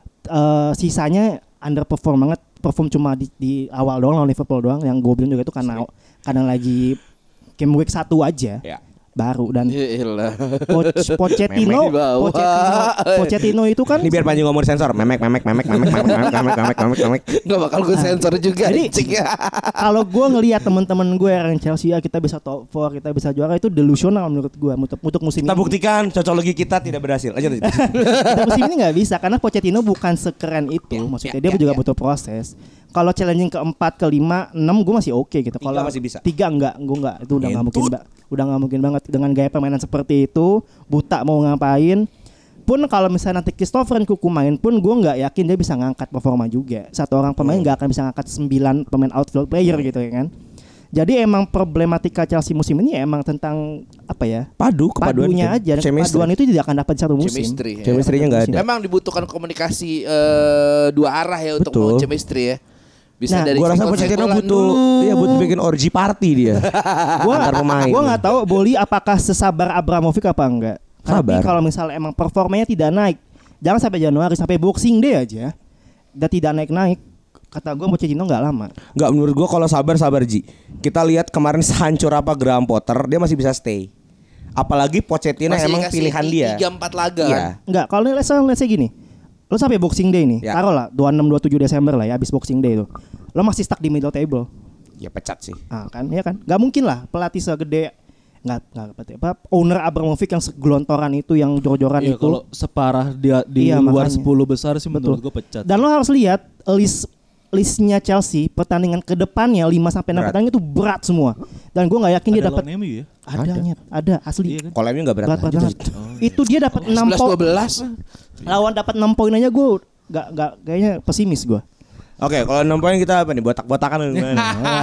Uh, sisanya underperform banget, perform cuma di, di awal doang lawan Liverpool doang. Yang gue bilang juga itu karena karena lagi game week satu aja. Ya. Baru dan Iyalah. Poch- Pochettino, Memek di bawah. Pochettino, Pochettino itu kan Ini biar Panji ngomong sensor. Memek memek memek memek memek memek memek memek memek memek. Enggak bakal gue sensor juga. Jadi- anjing. kalau gue ngelihat teman-teman gue yang Chelsea ya kita bisa top empat, kita bisa juara itu delusional menurut gue untuk, untuk musim Kita ini. buktikan cocologi kita tidak berhasil. Aja. Kita musim ini nggak bisa karena Pochettino bukan sekeren itu. Maksudnya ya, dia ya, juga ya. butuh proses. Kalau challenging ke empat, ke lima, enam gue masih oke gitu. Tiga Kalau masih bisa. tiga enggak, gue enggak. Itu udah nggak Ngentut. mungkin, Mbak. Udah nggak mungkin banget dengan gaya permainan seperti itu. Buta mau ngapain? Pun kalau misalnya nanti Christopher Nkunku main pun gue nggak yakin dia bisa ngangkat performa juga. Satu orang pemain nggak akan bisa ngangkat sembilan pemain outfield player gitu ya kan. Jadi emang problematika Chelsea musim ini ya emang tentang apa ya? Padu kepaduan Padunya itu. aja. Dan Chemistry. kepaduan itu tidak akan dapat di satu musim. Chemistry, ya. Chemistry-nya nggak ada. Memang dibutuhkan komunikasi eh, dua arah ya untuk Betul. membangun chemistry ya. Bisa Nah, dari Gua rasa sengkol- Pochettino sengkolan butuh dulu. iya butuh bikin orgy party dia. Gua Antar pemain. Gua nggak tahu Boli apakah sesabar Abramovich apa enggak. Tapi Sabar. kalau misalnya emang performanya tidak naik, jangan sampai Januari, sampai Boxing Day aja, dan tidak naik-naik. Kata gue Pochettino nggak lama. Enggak, menurut gua kalau sabar sabar Ji. Kita lihat kemarin sehancur apa Graham Potter, dia masih bisa stay. Apalagi Pochettino Masih emang dikasih pilihan dia. tiga empat laga Iya. kan. Enggak, kalau let's say, let's say gini. Lo sampai Boxing Day nih, Ya. taruh lah dua puluh enam dua puluh tujuh Desember lah ya, habis Boxing Day itu. Lo masih stuck di middle table. Ya pecat sih. Ah kan, ya kan? Gak mungkin lah pelatih segede nggak nggak apa owner Abramovich yang segelontoran itu, yang jor-joran Iya, itu. kalau separah dia di Iya, luar makanya. sepuluh besar sih menurut Betul. gue pecat. Dan lo harus lihat list listnya Chelsea pertandingan ke depannya lima sampai enam Berat. pertandingan itu berat semua. Dan gue nggak yakin dia Ada dapat lawan M U ya? ada Ada. nyet, ada asli. Iya kan? Kalau M U enggak berat. Berat lah. banget. Itu dia dapat enam sebelas poin. dua belas. Lawan dapat enam poin aja gue nggak nggak kayaknya pesimis gue. Oke, kalau enam poin kita apa nih? Botak-botakan gimana?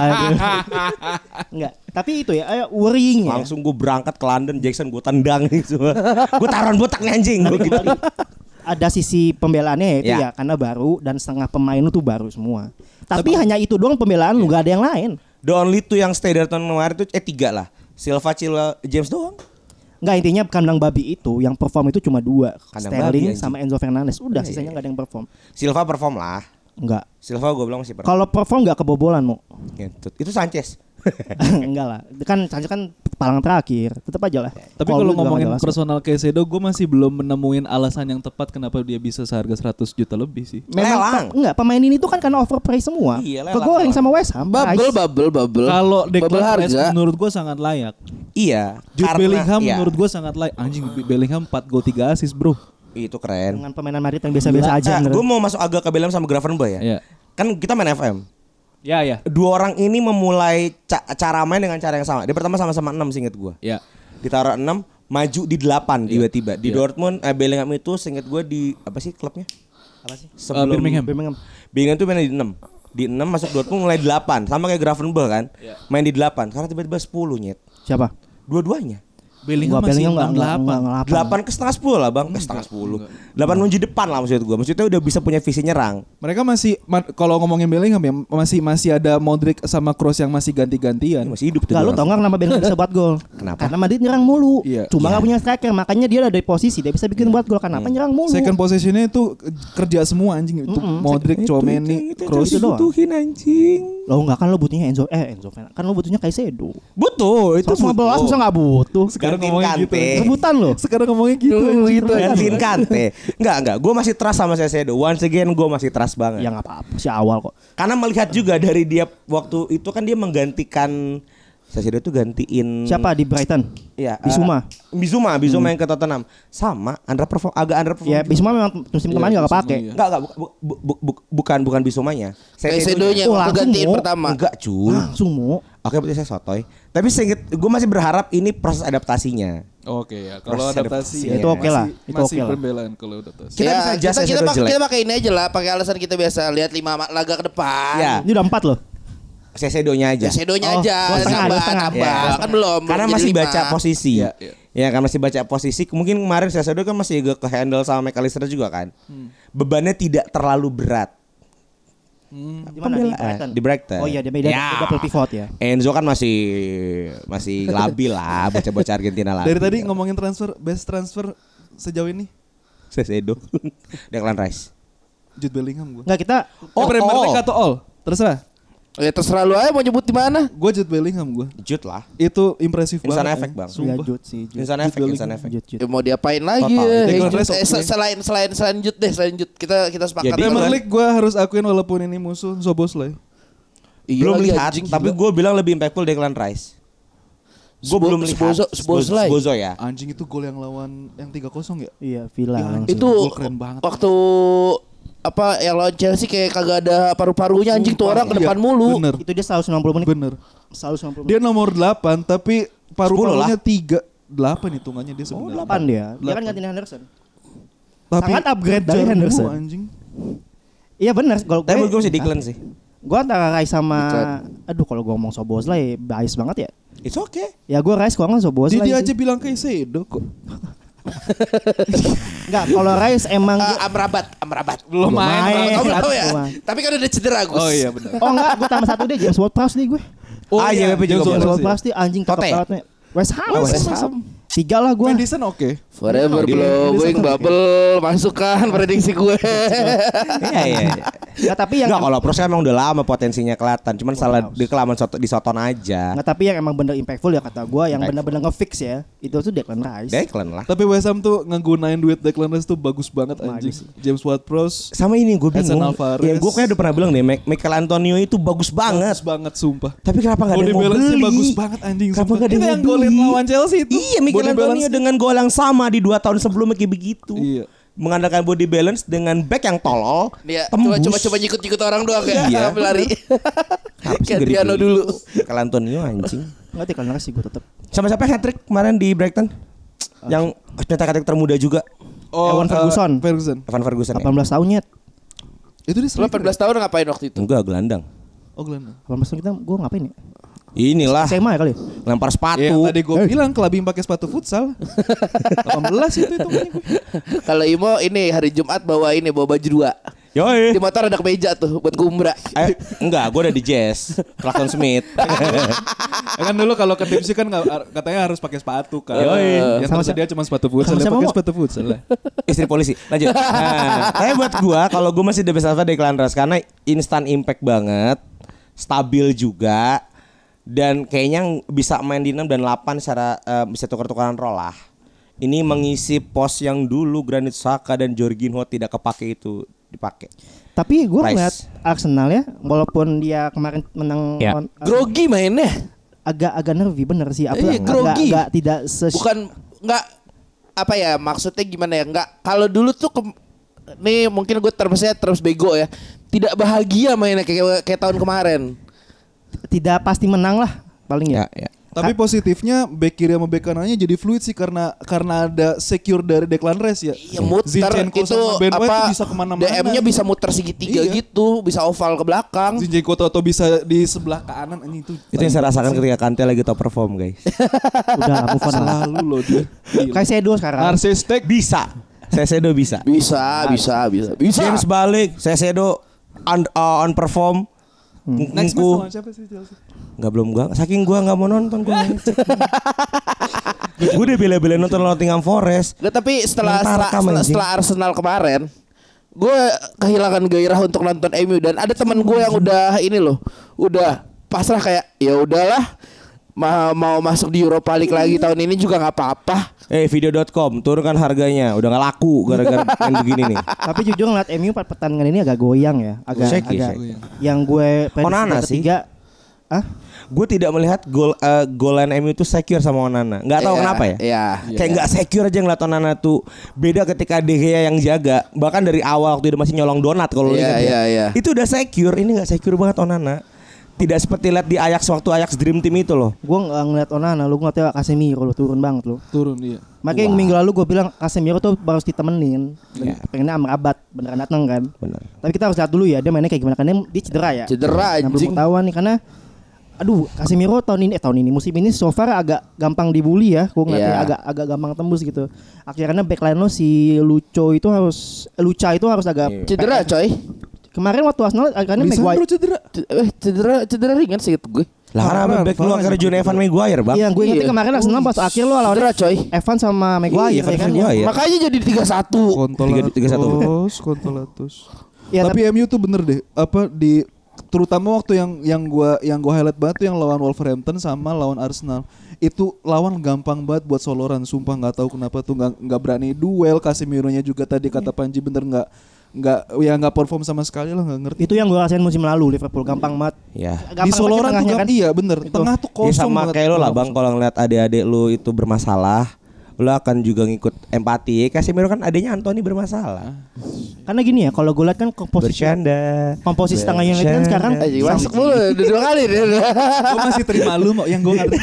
Enggak. Tapi itu ya, eh, worrying ya. Langsung gue berangkat ke London, Jackson gue tendang gitu. Gue taruhan botak nih anjing. Gua gitu. Ada sisi pembelaannya itu Ya. ya, karena baru dan setengah pemain lu tuh baru semua. Tapi hanya itu doang pembelaan lu, nggak ada yang lain. The only two yang stay dari tahun kemarin itu eh tiga lah. Silva, Chilwell, James doang. Enggak, intinya kandang babi itu yang perform itu cuma dua, Kandang Sterling babi, anjing. sama Enzo Fernandez. Udah, Iya, sisanya iya. nggak ada yang perform. Silva perform lah. Enggak. Silva gue bilang masih perform. Kalau perform nggak kebobolan mau. Gitu. Itu Sanchez. Enggak lah. Kan Sanchez kan palang terakhir. Tetap aja lah. Tapi Call kalau juga ngomongin nggak ada personal Caicedo, gue masih belum menemuin alasan yang tepat kenapa dia bisa seharga seratus juta lebih sih. Memang Lelang. pe- enggak, pemain ini tuh kan karena overprice semua. Iya, lelang, Kegoreng lelang. sama West Ham. Bubble, Price. bubble, bubble. Kalau bubble Declan Rice harga. menurut gue sangat layak. Iya. Jude karena- Bellingham iya. menurut gue sangat layak. Anjing Bellingham empat gol tiga assist bro. Itu keren. Dengan permainan Madrid yang biasa-biasa aja. Gue beneran. mau masuk agak ke Bellingham sama Gravenberch ya. Iya. Kan kita main F M. Ya ya. Dua orang ini memulai ca- cara main dengan cara yang sama. Dia pertama sama-sama enam seinget gue. Ya. Ditaruh enam, maju di delapan tiba-tiba. Di Iya. Dortmund eh, Bellingham itu seinget gue di apa sih klubnya? Apa sih? Uh, Birmingham. Birmingham. Bellingham tuh main di enam. Di enam masuk Dortmund mulai delapan. Sama kayak Gravenberch kan. Iya. Main di delapan. Sekarang tiba-tiba sepuluh nyet. Siapa? Dua-duanya. Bellingham Gua masih Bellingham enam nggak- nggak- delapan. nggak ngelapan. Delapan ke setengah sepuluh lah bang. Eh, setengah sepuluh. Delapan menuju depan lah maksud gue. Maksudnya udah bisa punya visi nyerang. Mereka masih ma- kalau ngomongin Bellingham ya masih masih ada Modric sama Kroos yang masih ganti-gantian. Ini masih hidup tuh. Gak, lu dua tau orang. gak kenapa Bellingham bisa buat gol? Kenapa? Karena Madrid nyerang mulu. Iya. Cuma Iya. gak punya striker, makanya dia ada di posisi, dia bisa bikin buat gol. Kenapa nyerang mulu? Second possessionnya itu kerja semua anjing itu Mm-mm. Modric, Itu- Tchouaméni, itu- itu Kroos. itu doang. dibutuhin anjing. Lo enggak kan lo butuhnya Enzo eh Enzo Fernandez. Kan lo butuhnya Caicedo. Butuh, itu Itu belas masa enggak butuh. Sekarang Gantiin ngomongin gitu. Kante. Rebutan lo. Sekarang ngomongin gitu. Tuh, anjing. itu gantiin Kante. Enggak, enggak. Gue masih trust sama Caicedo. Once again gue masih trust banget. Ya enggak apa-apa, si awal kok. Karena melihat juga dari dia waktu itu kan dia menggantikan Caicedo tuh gantiin Siapa di Brighton? Ya, Bisuma. eh, Bisuma, Bisuma yang ke Tottenham. Sama underperform, agak underperform. Ya Bisuma memang musim Iya, kemarin enggak Bisuma, kepake. iya. Enggak, enggak bu, bu, bu, bu, bukan bukan Bisumanya. Caicedo-nya Oh, waktu langsung gantiin mau. pertama. Enggak, cuy. Langsung mau. Oke, berarti saya sotoy. Tapi seinget gue masih berharap ini proses adaptasinya. Oke ya, kalau Proses adaptasi adaptasi. Itu oke lah, masih- itu masih oke lah. pembelaan kalau adaptasi. Kita Ya, bisa kita, adjust kita, Caicedo pakai, jelek. kita pakai ini aja lah, pakai alasan kita biasa lihat lima ma- laga ke depan. Ya. Ini udah empat loh. Sesedonya aja. Sesedonya Oh, aja, dua setengah, nambah, dua setengah. nambah. Ya. Kan belum. Karena belum masih jadi baca lima. posisi. Iya, iya. Ya kan masih baca posisi. Mungkin kemarin Sesedo kan masih agak ke handle sama McAllister juga kan. Hmm. Bebannya tidak terlalu berat. Di mana di Brighton? Di Brighton. Oh iya, dia beda Ya. double pivot ya. Enzo kan masih masih labil lah bocah-bocah Argentina lah. Dari tadi ngomongin transfer, best transfer sejauh ini Sesedo, Declan Rice. Jude Bellingham gue. Enggak kita Oh, Premier oh. League atau all? Terserah. Ya terserah lu aja mau nyebut di mana. Gue Jude Bellingham gue. Jude lah. Itu impresif Instant banget. effect, ya. Bang. ya Sumpah. Jut sih. Jut. Instant effect, instant effect. Jut, Jut. Ya mau diapain lagi Total. ya? Declan Hey, Rice Jut, eh, oke. selain selain selain Jut deh, selain Jut kita kita sepakat. Jadi- Premier Kan- League gue harus akuin walaupun ini musuh Szoboszlai. Iya Belum lagi, lihat, anjing, tapi gila. gue bilang lebih impactful Declan Rice. Gue Sbo- belum lihat. Sbozo- Szoboszlai. Sbozo ya. Anjing itu gol yang lawan yang tiga kosong ya? Iya, Villa. Iya, langsung. Itu Gol keren banget. waktu apa yang lawan Chelsea kayak kagak ada paru-parunya anjing tuh orang ke Iya, depan mulu. Bener. Itu dia seratus enam puluh menit. Bener. seratus enam puluh Dia menit. nomor delapan tapi sepuluh paru-parunya lah. tiga delapan hitungannya dia Oh, sebenarnya. delapan dia. Dia kan Delapan. gantiin Henderson. Tapi Sangat upgrade dari kejar Henderson. mulu, anjing. Iya benar. Kalau Tapi menurut gue masih Declan sih. Gue antara Rice sama Declan. aduh kalau gue ngomong Szoboszlai bias banget ya. It's okay. Ya gue Rice kalau nggak Szoboszlai. Jadi sih. aja bilang ke Sedo kok. Enggak, kalau Rice emang Ah, dia- Amrabat, Amrabat. Belum Belum main. main. Oh, belum ya. Belum main. Tapi kan udah cedera Gus. Oh iya benar. Oh enggak, gue tambah satu deh James Ward-Prowse nih gue. Oh Ah, iya, P J juga James boleh. James Ward-Prowse. Ward-Prowse nih anjing cakep Tote. banget nih. West Ham. Oh, West Ham. Tiga lah gue. Madison oke. Forever Dia- blowing dia- bubble masukkan prediksi gue. Iya iya. iya. Nggak, tapi yang Enggak, kalau Pros kan emang udah lama potensinya kelihatan. Cuman salah dia kelamaan soto, di soton aja. nggak, tapi yang emang bener impactful ya kata gue, yang Impactful. bener-bener ngefix ya. Itu tuh Declan Rice. Declan lah. Tapi West Ham tuh ngegunain duit Declan Rice tuh bagus banget Bagus anjing. sih. James Ward-Prowse Sama ini gue Edson bingung. Alvarez. Ya gue kayak udah pernah bilang deh, Mic- Michael Antonio itu bagus banget. bagus banget sumpah. Tapi kenapa nggak ada Body yang mau balance-nya beli? bagus banget anjing. Kenapa sumpah. nggak ada Itu yang yang mau golin beli? lawan Chelsea itu. Iya, Michael Body Antonio balance-nya. dengan gol yang sama di dua tahun sebelumnya kayak begitu. Iya. Mengandalkan body balance dengan back yang tolol. Dia tembus. coba coba coba nyikut-nyikut orang doang kayak Iya. sambil lari. Kenapa sih Kayak nggak Adriano dibeli? dulu. Michael Antonio anjing. Nggak Declan Rice sih gue tetep. Sama siapa hat-trick kemarin di Brighton? Yang cetak hat-trick termuda juga. Ewan eh, Ferguson. Ferguson. Evan Ferguson ya? delapan belas tahunnya. Itu dia Lu delapan belas tahun ngapain waktu itu? Enggak, gelandang. Oh gelandang. delapan belas tahun kita gue ngapain ya? Inilah S M A ya kali ya? lempar sepatu. Yang tadi gue Eh. bilang kelabing pakai sepatu futsal. delapan belas itu itu gue. Kalau Imo ini hari Jumat bawa ini bawa baju dua. Yoi. Di motor ada kemeja tuh buat kumbra. Eh, enggak, gue udah di Jazz, Clapton Smith. Ya kan dulu kalau ke tipsi kan nggak- katanya harus pakai sepatu kan. Yoi. Yang Sama tersedia cuma sepatu futsal. sama Ya siapa, pakai Mo? sepatu futsal lah. Istri polisi. Lanjut. Nah, tapi buat gue, kalau gue masih the best alpha Declan Rice karena instant impact banget, stabil juga, dan kayaknya bisa main di enam dan delapan secara eh, bisa tukar-tukaran role lah. Ini mengisi pos yang dulu Granit Xhaka dan Jorginho tidak kepake itu dipakai. Tapi gue Rice. ngeliat Arsenal ya, walaupun dia kemarin menang Ya. lawan- Grogi mainnya. agak-agak nervy bener sih. Apa Iya, agak, grogi. agak tidak ses Bukan nggak apa ya maksudnya gimana ya nggak kalau dulu tuh ke, nih mungkin gue terus terus bego ya tidak bahagia mainnya kayak kayak tahun kemarin. tidak pasti menang lah paling ya. Ya, ya. Tapi positifnya back kiri sama back kanannya jadi fluid sih karena karena ada secure dari Declan Rice ya. Ya muter Zinchenko itu sama Ben White apa tuh bisa kemana-mana. D M-nya bisa muter segitiga Iya. gitu, bisa oval ke belakang. Zinchenko atau bisa di sebelah kanan ini itu. Itu yang saya rasakan ketika Kante lagi top perform, guys. Udah move on lah. Selalu loh dia. Kayak Sedo sekarang. Narcissistic. Bisa. Sesedo bisa. Bisa, bisa, bisa, bisa. James balik, Sesedo on, uh, on perform. Next match Ngku. lawan siapa sih Chelsea? Enggak belum gua. Saking gua enggak mau nonton gua. Gue udah bela-bela nonton Nottingham Forest. Nggak, tapi setelah Mental setelah, rekam, setelah, anjing. setelah Arsenal kemarin, gue kehilangan gairah untuk nonton M U dan ada teman gue yang udah ini loh, udah pasrah kayak ya udahlah, mau mau masuk di Europa League lagi tahun ini juga nggak apa-apa. Eh video dot com turunkan harganya, udah nggak laku gara-gara main begini nih. Tapi jujur ngeliat M U per pertandingan ini agak goyang ya, agak Shaky, agak shaky. yang gue prediksi Onana babak sih. ketiga. Ah, Gue tidak melihat gol uh, golan M U itu secure sama Onana. Nggak tahu Iya, kenapa ya. Iya. Kayak nggak secure aja ngeliat Onana tuh. Beda ketika De Gea yang jaga. Bahkan dari awal waktu dia masih nyolong donat kalau lu Iya, lihat ya. iya, iya. Itu udah secure. Ini nggak secure banget Onana. Tidak seperti lihat di Ajax waktu Ajax Dream Team itu loh. gue nggak ngeliat Onana, lu ngeliatnya Casemiro lo turun banget lo. Turun dia. Makanya yang minggu lalu gue bilang Casemiro tuh harus ditemenin. Iya. Pengennya Amrabat beneran datang kan. Benar. Tapi kita harus lihat dulu ya dia mainnya kayak gimana, karena dia cedera ya. Cedera, Nah, belum anjing. ketahuan nih karena aduh, Casemiro tahun ini eh tahun ini musim ini so far agak gampang dibully ya. Gua ngeliatnya Iya. agak agak gampang tembus gitu. Akhirnya backline lo si Lucho itu harus eh, Lucha itu harus agak Iya. Cedera coy. Kemarin waktu Arsenal akhirnya Lisandro Maguire. cedera. C- Eh cedera cedera ringan sih gue. Lah karena Parah, back lu parah, akhirnya John Evan Maguire, Bang. Iya, gue ingetin Iya. kemarin Arsenal pas akhir lo lawan Cedera coy. Evan sama Maguire Iya, ya kan. Maguire. Iya. Makanya jadi tiga satu. Kontolatus, tiga satu. Kontolatus. Ya, tapi M U tuh bener deh, apa di terutama waktu yang yang gua yang gua highlight banget tuh yang lawan Wolverhampton sama lawan Arsenal. Itu lawan gampang banget buat soloran, sumpah nggak tahu kenapa tuh nggak nggak berani duel. Casemironya juga tadi kata Panji bener nggak nggak ya nggak perform sama sekali lah, nggak ngerti. itu yang gue rasain musim lalu Liverpool gampang banget. Ya. Gampang Di banget soloran tuh tengahnya kan, iya bener, Itu. tengah tuh Ya kosong sama banget. kayak lo lah Bang, kalau ngeliat adik-adik lu itu bermasalah, lu akan juga ngikut empati. Casemiro kan adanya Anthony bermasalah. Karena gini ya, kalau gue lihat kan komposisi Bercanda. komposisi tengah yang kan sekarang Anjing masuk mulu udah dua kali deh. Gue masih terima lu mau yang gue ngerti.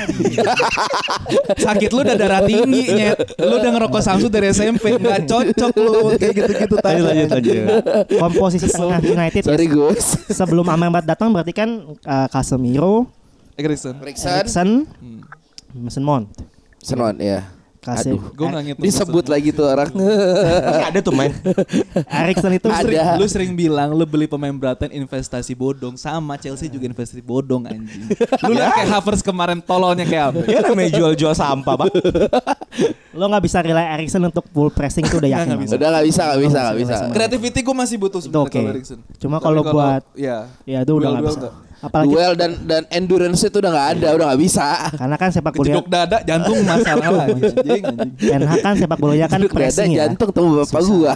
Sakit lu udah darah tinggi nyet. Lu udah ngerokok Samsu dari S M P, nggak cocok lu kayak gitu-gitu tadi. Lanjut lanjut lanjut. komposisi tengah United ya, Sorry Gus. sebelum Amrabat datang berarti kan uh, Casemiro, Erikson. Erikson. Erikson, Mason Mount, Senon ya. Kasih. Aduh. Gue nggak ngitung. Disebut lagi tuh orang. Masih ada tuh main. Erikson itu Ada. Sering, lu sering bilang lu beli pemain Brighton investasi bodong, sama Chelsea juga investasi bodong anjing. Lu lihat kayak Havertz kemarin tololnya kayak apa? Ya namanya jual-jual sampah, Bang. lo nggak bisa rely Erikson untuk full pressing itu udah Nggak, yakin nggak banget. Udah nggak bisa nggak bisa nggak bisa. Creativity gue masih butuh Itu sebenarnya oke. kalau Erikson. Cuma Tapi kalau buat ya, ya itu udah nggak duel-duel bisa. nggak. Apalagi Duel dan dan endurance itu udah nggak ada, udah nggak bisa. karena kan sepak bola kejedok dada jantung masalah lagi anjing anjing. Ten Hag kan sepak bolanya kan Duduk dada pressing ya. jantung tuh bapak gua.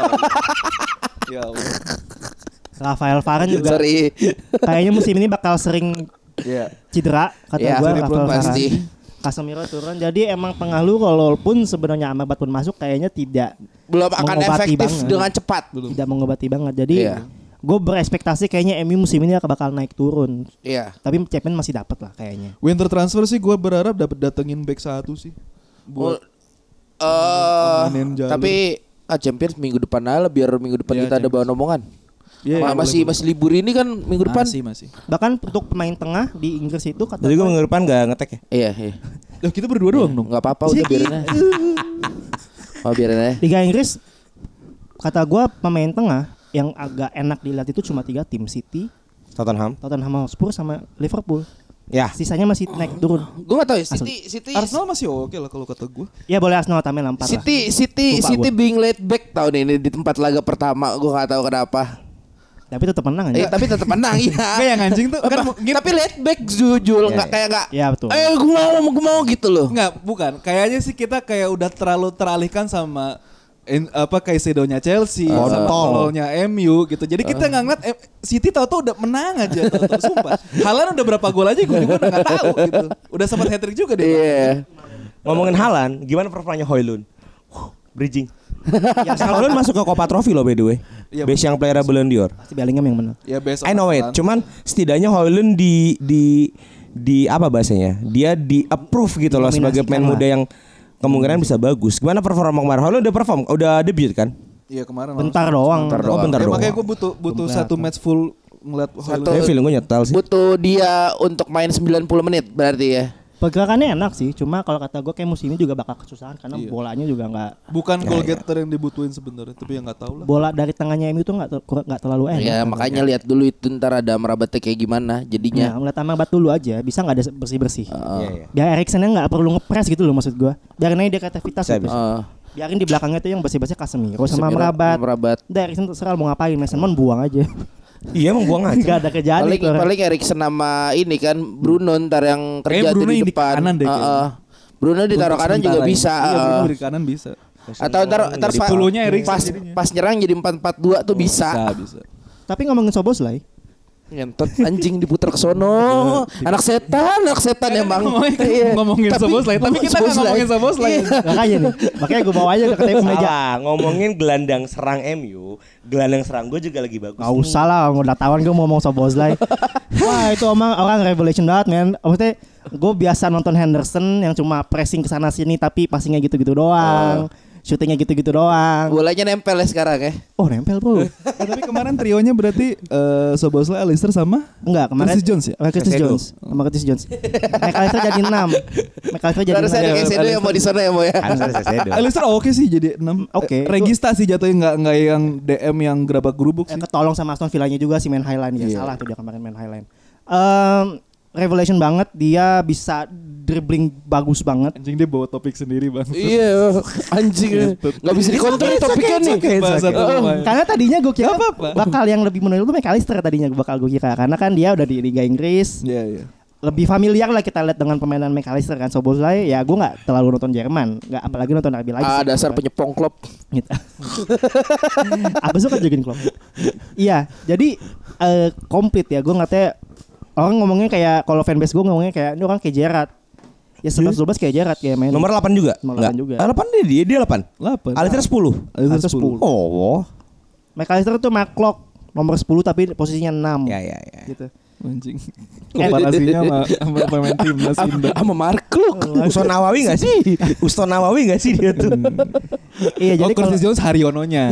Ya Allah. Rafael Varane juga Sorry. kayaknya musim ini bakal sering Iya. cedera kata Ya, gua sering Rafael Varane. pasti. Casemiro turun, jadi emang pengaruh walaupun sebenarnya Amrabat pun masuk kayaknya tidak Belum akan Mengobati efektif banget. dengan cepat. tidak mengobati banget. Jadi Iya. gue berekspektasi kayaknya M U musim ini bakal naik turun. Iya. Tapi Champions masih dapat lah kayaknya. Winter transfer sih gue berharap dapat datengin back satu sih. Oh, Buat eh, Amanin jalur. tapi ah Champions minggu depan aja lah, biar minggu depan Iya, kita ada bahan omongan. Iya, Ma- iya, masih boleh, masih libur ini kan minggu boleh. depan. Masih masih. Bahkan untuk pemain tengah di Inggris itu kata Jadi gue gua, minggu depan gak ngetek ya? Iya, iya. Loh, kita berdua doang dong. Enggak apa-apa udah biarin aja. Oh, biarin aja. Liga Inggris kata gue pemain tengah yang agak enak dilihat itu cuma tiga tim, City, Tottenham. Tottenham Hotspur sama Liverpool. Ya. Sisanya masih naik turun. Gua enggak tahu ya City City Arsenal masih oke lah kalau kata gue. Ya boleh Arsenal tambahin Lampard lah. City City Lupa City gua. being laid back tahun ini di tempat laga pertama, gua enggak tahu kenapa. Tapi tetap menang Eh, aja. tapi tetap menang Enggak iya. yang anjing tuh kan Apa? mungkin Tapi laid back jujur Iya, enggak iya. kayak enggak. Ya betul. Eh, gua mau gua mau gitu loh. enggak, bukan. Kayaknya sih kita kayak udah terlalu teralihkan sama in, apa Caicedo-nya Chelsea, sama Kontol. Tololnya M U gitu. Jadi kita nggak ngeliat eh, City tahu-tahu udah menang aja, tahu-tahu, sumpah. Haaland udah berapa gol aja gue juga udah nggak tahu gitu. Udah sempat hat-trick juga deh. Iya. Ngomongin Haaland, gimana performanya Højlund? Huh, bridging. Ya, Haaland masuk ke Copa Trophy loh by the way. Iya, Best Young Player Ballon d'Or. Pasti Bellingham yang menang. Ya besok. I know it. Cuman setidaknya Højlund di di di apa bahasanya? Dia di approve gitu loh sebagai pemain Dinominasikan muda lah. yang kemungkinan bisa bagus. Gimana performa kemarin? Højlund udah perform, udah debut kan? Iya kemarin. Bentar doang. Bentar Oh, doang. bentar Ya, doang. makanya gue butuh butuh Belum satu kelihatan. match full ngeliat Satu- Højlund. Kayak feeling gue nyetel sih. Butuh dia untuk main sembilan puluh menit berarti ya. Pergerakannya enak sih, cuma kalau kata gue kayak musim ini juga bakal kesusahan karena Iya. bolanya juga nggak Bukan Ya, goal ya. getter yang dibutuhin sebenarnya, tapi ya nggak tahu lah. bola dari tengahnya M U tuh nggak ter- kurang- nggak terlalu enak. Ya makanya lihat dulu itu ntar ada merabatnya kayak gimana Ya, jadinya. ngeliat Amrabat dulu aja, bisa nggak ada bersih bersih. Heeh. Iya, iya. Biar Eriksennya nggak perlu ngepres gitu loh maksud gue. Biarin aja dia kreativitas Bisa, gitu. bisa. Heeh. Biarin di belakangnya tuh yang bersih-bersih Casemiro sama Casemiro, Amrabat. Amrabat. Udah Eriksen terserah mau ngapain, Mason Mount buang aja. Iya emang buang aja. Gak ada kerjaan Paling itu orang. paling Erikson sama ini kan Bruno ntar yang kerja Kayaknya tuh Bruno di yang di depan. kanan deh kayaknya. Heeh. Bruno ditaruh Untuk kanan juga sementara bisa. ini. Iya, heeh. Bruno di kanan bisa. Atau ntar ntar Di pa- sepuluhnya Erikson pas jadinya. pas nyerang jadi empat empat dua tuh bisa. Bisa, bisa. Tapi ngomongin Szoboszlai, Ngentot anjing diputer ke sono. Anak setan, anak setan emang. Ngomongin, Iya. ngomongin Tapi- Szoboszlai, tapi kita nggak Szoboszlai. ngomongin Szoboszlai. Iya. makanya nih, makanya gue bawa aja ke meja. Salah, ngomongin gelandang serang M U, gelandang serang gue juga lagi bagus. Gak usah lah, udah tawan gue mau ngomong Szoboszlai. Wah itu omong orang revelation banget men. Maksudnya gue biasa nonton Henderson yang cuma pressing ke sana sini tapi passingnya gitu-gitu doang. syutingnya gitu-gitu doang. Bolanya nempel ya sekarang ya. Oh nempel bro. Eh, tapi kemarin trionya berarti uh, Szoboszlai, Alistair sama Enggak kemarin Curtis Jones ya? sama Curtis Caicedo. Jones sama Curtis Jones. McAllister jadi enam. McAllister jadi Harus ada enam. Caicedo yang mau di sana ya mau ya. Harus ada Caicedo. Alistair oke sih jadi enam. Oke. Eh, Regista sih jatuhnya nggak nggak yang D M yang gerabak gerubuk Eh, sih. ketolong sama Aston Villanya juga sih main Highline ya. Iya. Salah tuh dia kemarin main Highline. Um, Revelation banget, dia bisa dribbling bagus banget. Anjing dia bawa topik sendiri bang. Iya, anjing. Enggak bisa dikontrol nih topiknya nih. Bahasa tuh lumayan. Karena tadinya gue kira apa-apa. bakal yang lebih menonjol tuh McAllister tadinya bakal gue kira, karena kan dia udah di Liga Inggris. Iya iya. Lebih familiar lah kita lihat dengan permainan McAllister kan. Szoboszlai ya gue nggak terlalu nonton Jerman, nggak apalagi nonton R B lagi. Ah, dasar penyepong klub. Gitu. Aku suka jogging klub. Iya, jadi eh, komplit ya. Gue ngatanya orang ngomongnya kayak kalau fanbase gue ngomongnya kayak ini orang kayak Gerrard. Ya sebelas dua belas kayak Gerrard kayak main. Nomor delapan juga? Nomor delapan Enggak. juga. Ah, delapan dia dia dia delapan. delapan. Alistair sepuluh. Alistair sepuluh. sepuluh. Oh. McAllister tuh McClock nomor sepuluh tapi posisinya enam. Ya ya ya. Gitu. Anjing. Komparasinya sama sama pemain timnas Indo. Sama Markluk. Uston Nawawi enggak sih? Uston Nawawi enggak sih dia tuh? Iya, Oh, jadi kalau Curtis Jones Haryononya.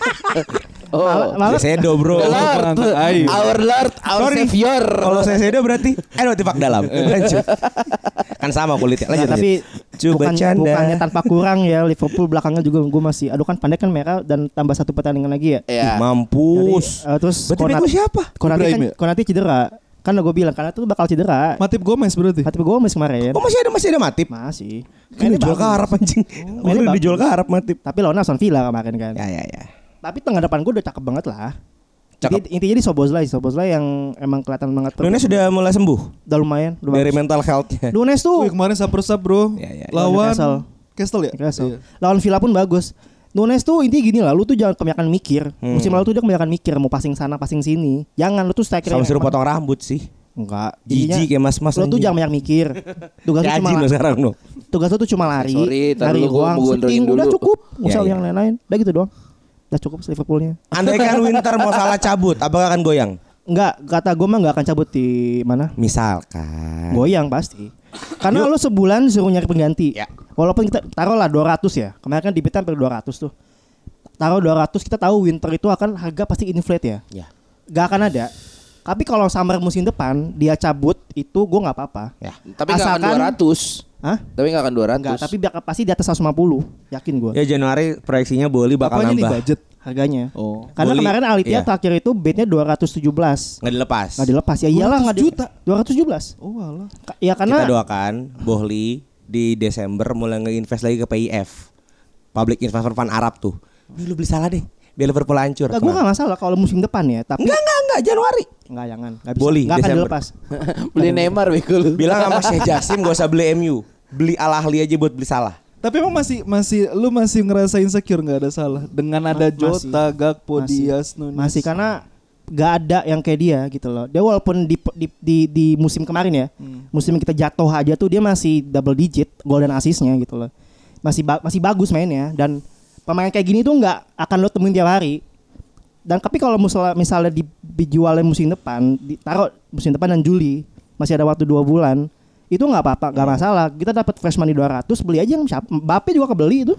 Oh. malah, malah Caicedo bro. The Lord, Mengangkat air. our Lord, our Sorry. Savior. Kalau Caicedo berarti eh tipak dalam. Lanjut. Kan sama kulitnya. Lanjut. Nah, tapi lanjut. Coba bukan, canda. bukannya tanpa kurang ya, Liverpool belakangnya juga gue masih aduh kan Pandai kan merah dan tambah satu pertandingan lagi ya. Ya. Mampus. Jadi, eh, terus Berarti beko siapa? Konate kan, Ibrahim ya? Konate cedera. Kan udah gue bilang karena tuh bakal cedera. Matip Gomez berarti. Matip Gomez kemarin. Oh masih ada masih ada Matip. Masih. Kan Mainnya dijual ke bagus. Arab anjing. Mainnya Udah bagus. dijual ke Arab Matip. Tapi lawan Aston Villa kemarin kan. Ya ya ya. Tapi tengah depan gue udah cakep banget lah. Cakep. Jadi, intinya di Szoboszlai, Szoboszlai yang emang kelihatan banget. Nunes sudah mulai sembuh udah lumayan. Udah dari bagus. mental health-nya. Nunes tuh Wih, kemarin saper-sap bro. Ya, ya, ya. Lawan Newcastle. Castle ya? Newcastle. Iya. Lawan Villa pun bagus. Nunes tuh intinya gini lah, lu tuh jangan kebanyakan mikir. Hmm. Musim lalu tuh dia kebanyakan mikir mau passing sana, passing sini. Jangan lu tuh striker Sama yang suruh emang- potong rambut sih. Enggak. Intinya, Jijik kayak mas-mas. lu tuh anjing. jangan banyak mikir. Tugas lu Kayak cuma Ajin lo sekarang lo. tugas lu tuh cuma lari, Sorry, tar lari dulu, gua ruang, mau gondrongin shooting, udah dulu. cukup. Nggak usah Ya, ya. yang lain-lain. Udah gitu doang. Udah cukup Liverpoolnya. Andaikan Winter mau salah cabut, apakah akan goyang? Enggak, kata gue mah enggak akan cabut di mana? Misalkan. Goyang pasti. Karena lu sebulan suruh nyari pengganti. Ya. Walaupun kita taruh lah dua ratus ya. Kemarin kan di bid hampir dua ratus tuh. Taruh dua ratus kita tahu winter itu akan harga pasti inflate ya. Ya. Gak akan ada. Tapi kalau summer musim depan dia cabut itu gue nggak apa-apa. Ya. Tapi enggak akan Asalkan- dua ratus. Hah? Tapi enggak akan dua ratus. Enggak, tapi biar- pasti di atas seratus lima puluh. Yakin gue. Ya Januari proyeksinya Boli bakal Apanya nih nambah. budget? Harganya. Oh. Karena Boli, kemarin Alitia iya. terakhir itu bidnya dua ratus tujuh belas. Nggak dilepas. Nggak dilepas ya iyalah nggak di- juta. dua ratus tujuh belas. Oh alah. Ka- Ya karena Kita doakan Bohli di Desember mulai nge-invest lagi ke P I F. Public Investment Fund Arab tuh. Ini lu beli salah deh. Biar Liverpool hancur. Enggak, gue gak masalah kalau musim depan ya. Tapi Enggak, enggak, enggak. Januari. Enggak, jangan. Enggak bisa. Boli, Enggak akan Desember. dilepas. Beli Neymar bego lu. Bilang sama Syekh Jassim gak usah beli M U. Beli Al Ahly aja buat beli salah. Tapi emang masih masih lu masih ngerasa insecure nggak ada salah dengan ada Ma- masih. Jota, Gakpo, Masih. Dias, Nunes. Masih karena gak ada yang kayak dia gitu loh. Dia walaupun di di di, di musim kemarin ya, Hmm. musim yang kita jatuh aja tuh dia masih double digit gol dan assistnya gitu loh. Masih ba- masih bagus mainnya dan pemain kayak gini tuh nggak akan lo temuin tiap hari. Dan tapi kalau misalnya misalnya di- dijualnya musim depan, ditaruh musim depan dan Juli masih ada waktu dua bulan, itu nggak apa-apa, nggak masalah. Kita dapat fresh money dua ratus, beli aja yang siapa. Mbappe juga kebeli itu.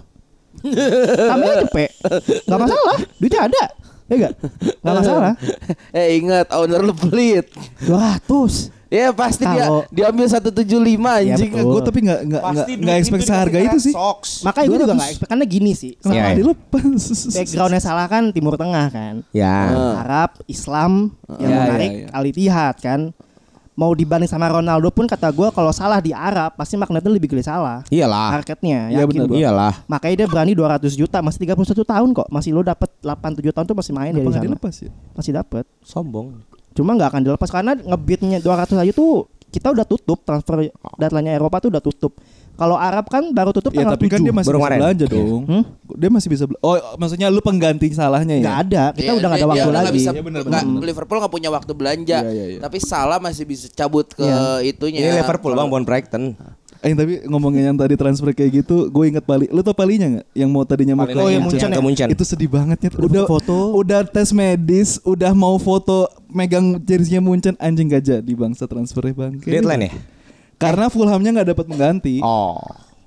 Tambah aja pe, nggak masalah, duitnya ada, ya nggak, nggak masalah. Eh ingat owner lu pelit. dua ratus. Ya pasti Kalau- dia diambil seratus tujuh puluh lima Ya, anjing. betul. Gue tapi nggak nggak nggak nggak expect seharga itu sih. Makanya gue juga nggak expect karena gini sih. Kenapa Iya, nggak iya. dilepas? Backgroundnya salah kan Timur Tengah kan, Ya. Arab, Islam yang Ya, menarik ya, ya. Al Ittihad kan. Mau dibanding sama Ronaldo pun kata gue kalau salah di Arab pasti magnetnya lebih gede salah. Iyalah. Marketnya Iya, yakin benar, gue. Iyalah. Makanya dia berani dua ratus juta masih tiga puluh satu tahun kok. Masih lo dapat delapan tujuh tahun tuh masih main Kenapa dari nggak sana. dilepas ya? Masih dapat. Sombong. Cuma nggak akan dilepas karena ngebitnya dua ratus aja tuh kita udah tutup transfer deadline-nya Eropa tuh udah tutup. Kalau Arab kan baru tutup Ya tanggal tapi kan tujuh. dia masih Baru bisa kemarin. belanja dong. Hmm? Dia masih bisa bela- Oh, maksudnya lu pengganti salahnya ya? Nggak ada, kita Dia- udah nggak ada dia- waktu dia udah nggak lagi. bisa- Iya, benar, nggak- benar. Liverpool nggak punya waktu belanja. Iya, iya, iya. Tapi Salah masih bisa cabut ke Iya. itunya. Ini Liverpool bang, bukan Brighton. Eh tapi ngomongin yang tadi transfer kayak gitu, gue inget Pali. Lu tau Palinya nggak? Yang mau tadinya mau Paling ke Oh, yang Munchen, Munchen ke ya? Munchen. Itu sedih banget ya. Udah Udah foto. udah tes medis, udah mau foto megang jersey-nya Munchen, anjing gak jadi bangsa transfernya bang. Deadline ya? Karena Fulhamnya nggak dapat mengganti. Oh.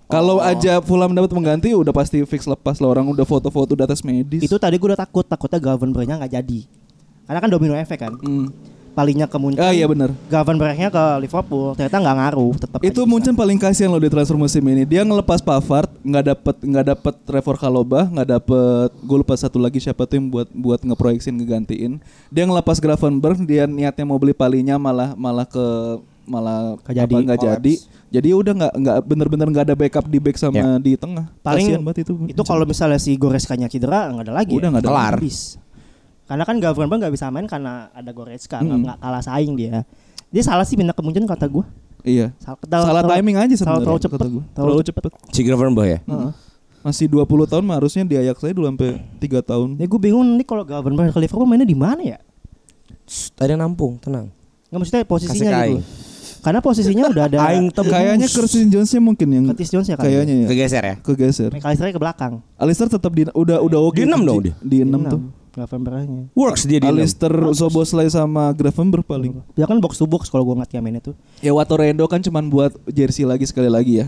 Kalau aja Fulham dapat pengganti udah pasti fix lepas lah, orang udah foto-foto udah tes medis. Itu tadi gue udah takut, takutnya Gravenberch-nya nggak jadi. Karena kan domino efek kan. Hmm. Palingnya ke Munchen. Ah iya benar. Gravenberch-nya ke Liverpool, ternyata nggak ngaruh, tetap. Itu Munchen paling kasihan loh di transfer musim ini. Dia ngelepas Pavard, nggak dapet nggak dapet Trevor Chalobah, nggak dapet, gue lupa satu lagi siapa tuh yang buat buat ngeproyeksin ngegantiin. Dia ngelepas Gravenberch, dia niatnya mau beli Palinya malah malah ke malah Nggak jadi. apa, nggak jadi. Jadi udah nggak nggak bener-bener nggak ada backup di back sama Ya. di tengah. Paling Kasihan banget itu. Itu kalau misalnya si Goretzka-nya cedera nggak ada lagi. Udah ya? nggak ada. Kelar. Habis. Karena kan Gravenberch nggak bisa main karena ada Goretzka, nggak Hmm. nggak kalah saing dia. Dia salah sih pindah ke Munchen kata gue. Iya. Salah, Salah timing aja sebenarnya. Terlalu cepet. kata gua. Terlalu Terlalu cepet. Si Gravenberch ya. Heeh. Masih dua puluh tahun mah harusnya di Ajax saya dulu sampai tiga tahun. Ya gue bingung nih kalau Gravenberch ke Liverpool mainnya di mana ya? Shh, ada yang nampung, tenang. Nggak maksudnya posisinya Kasih ke gitu. Aing. Karena posisinya udah ada. Aing tebus. Kayaknya Curtis Jones-nya mungkin yang Curtis Jones ya kan? kayaknya ya. Kegeser ya. Kegeser. McAllister ke belakang. Alistair tetap di udah udah oke. Di enam tuh, dong Ji. dia? Di enam tuh. Gravenberch-nya. Works dia di enam. Alistair, Szoboszlai sama Gravenberch paling. Dia kan box to box kalau gue ngeliat dia mainnya tuh. Ya Watorendo kan cuman buat jersey lagi sekali lagi ya.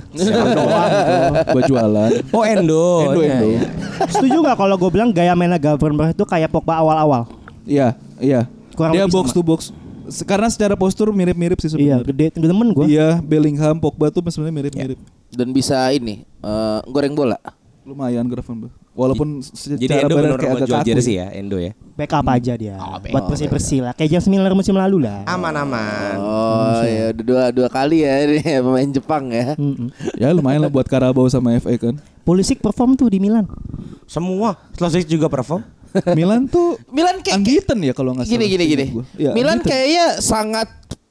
Buat jualan. Oh Endo. Endo, Iya, Endo. iya. Setuju gak kalau gue bilang gaya mainnya Gravenberch itu kayak Pogba awal-awal? Iya, iya. Kurang Dia lebih box sama. to box. Se- Karena secara postur mirip-mirip sih Iya, sebenarnya. gede, gede temen gue. Iya, Bellingham, Pogba tuh sebenarnya mirip-mirip. Dan bisa ini eh, goreng bola. Lumayan Gravenberch. Walaupun secara Jadi Endo badan benar kayak buat agak jual kaku. jersey ya, Endo ya. Backup aja dia. Oh, backup. Buat bersih-bersih lah. Kayak James Miller musim lalu lah. Aman-aman. Oh ya udah dua dua kali ya ini pemain Jepang ya. Mm-mm. Ya lumayan lah buat Carabao sama F A kan. Pulisic perform tuh di Milan. Semua. Slosic juga perform. Milan tuh Milan kayak unbeaten ya kalau nggak salah. gini gini gini. ingat gua. Ya, Milan unbeaten. kayaknya sangat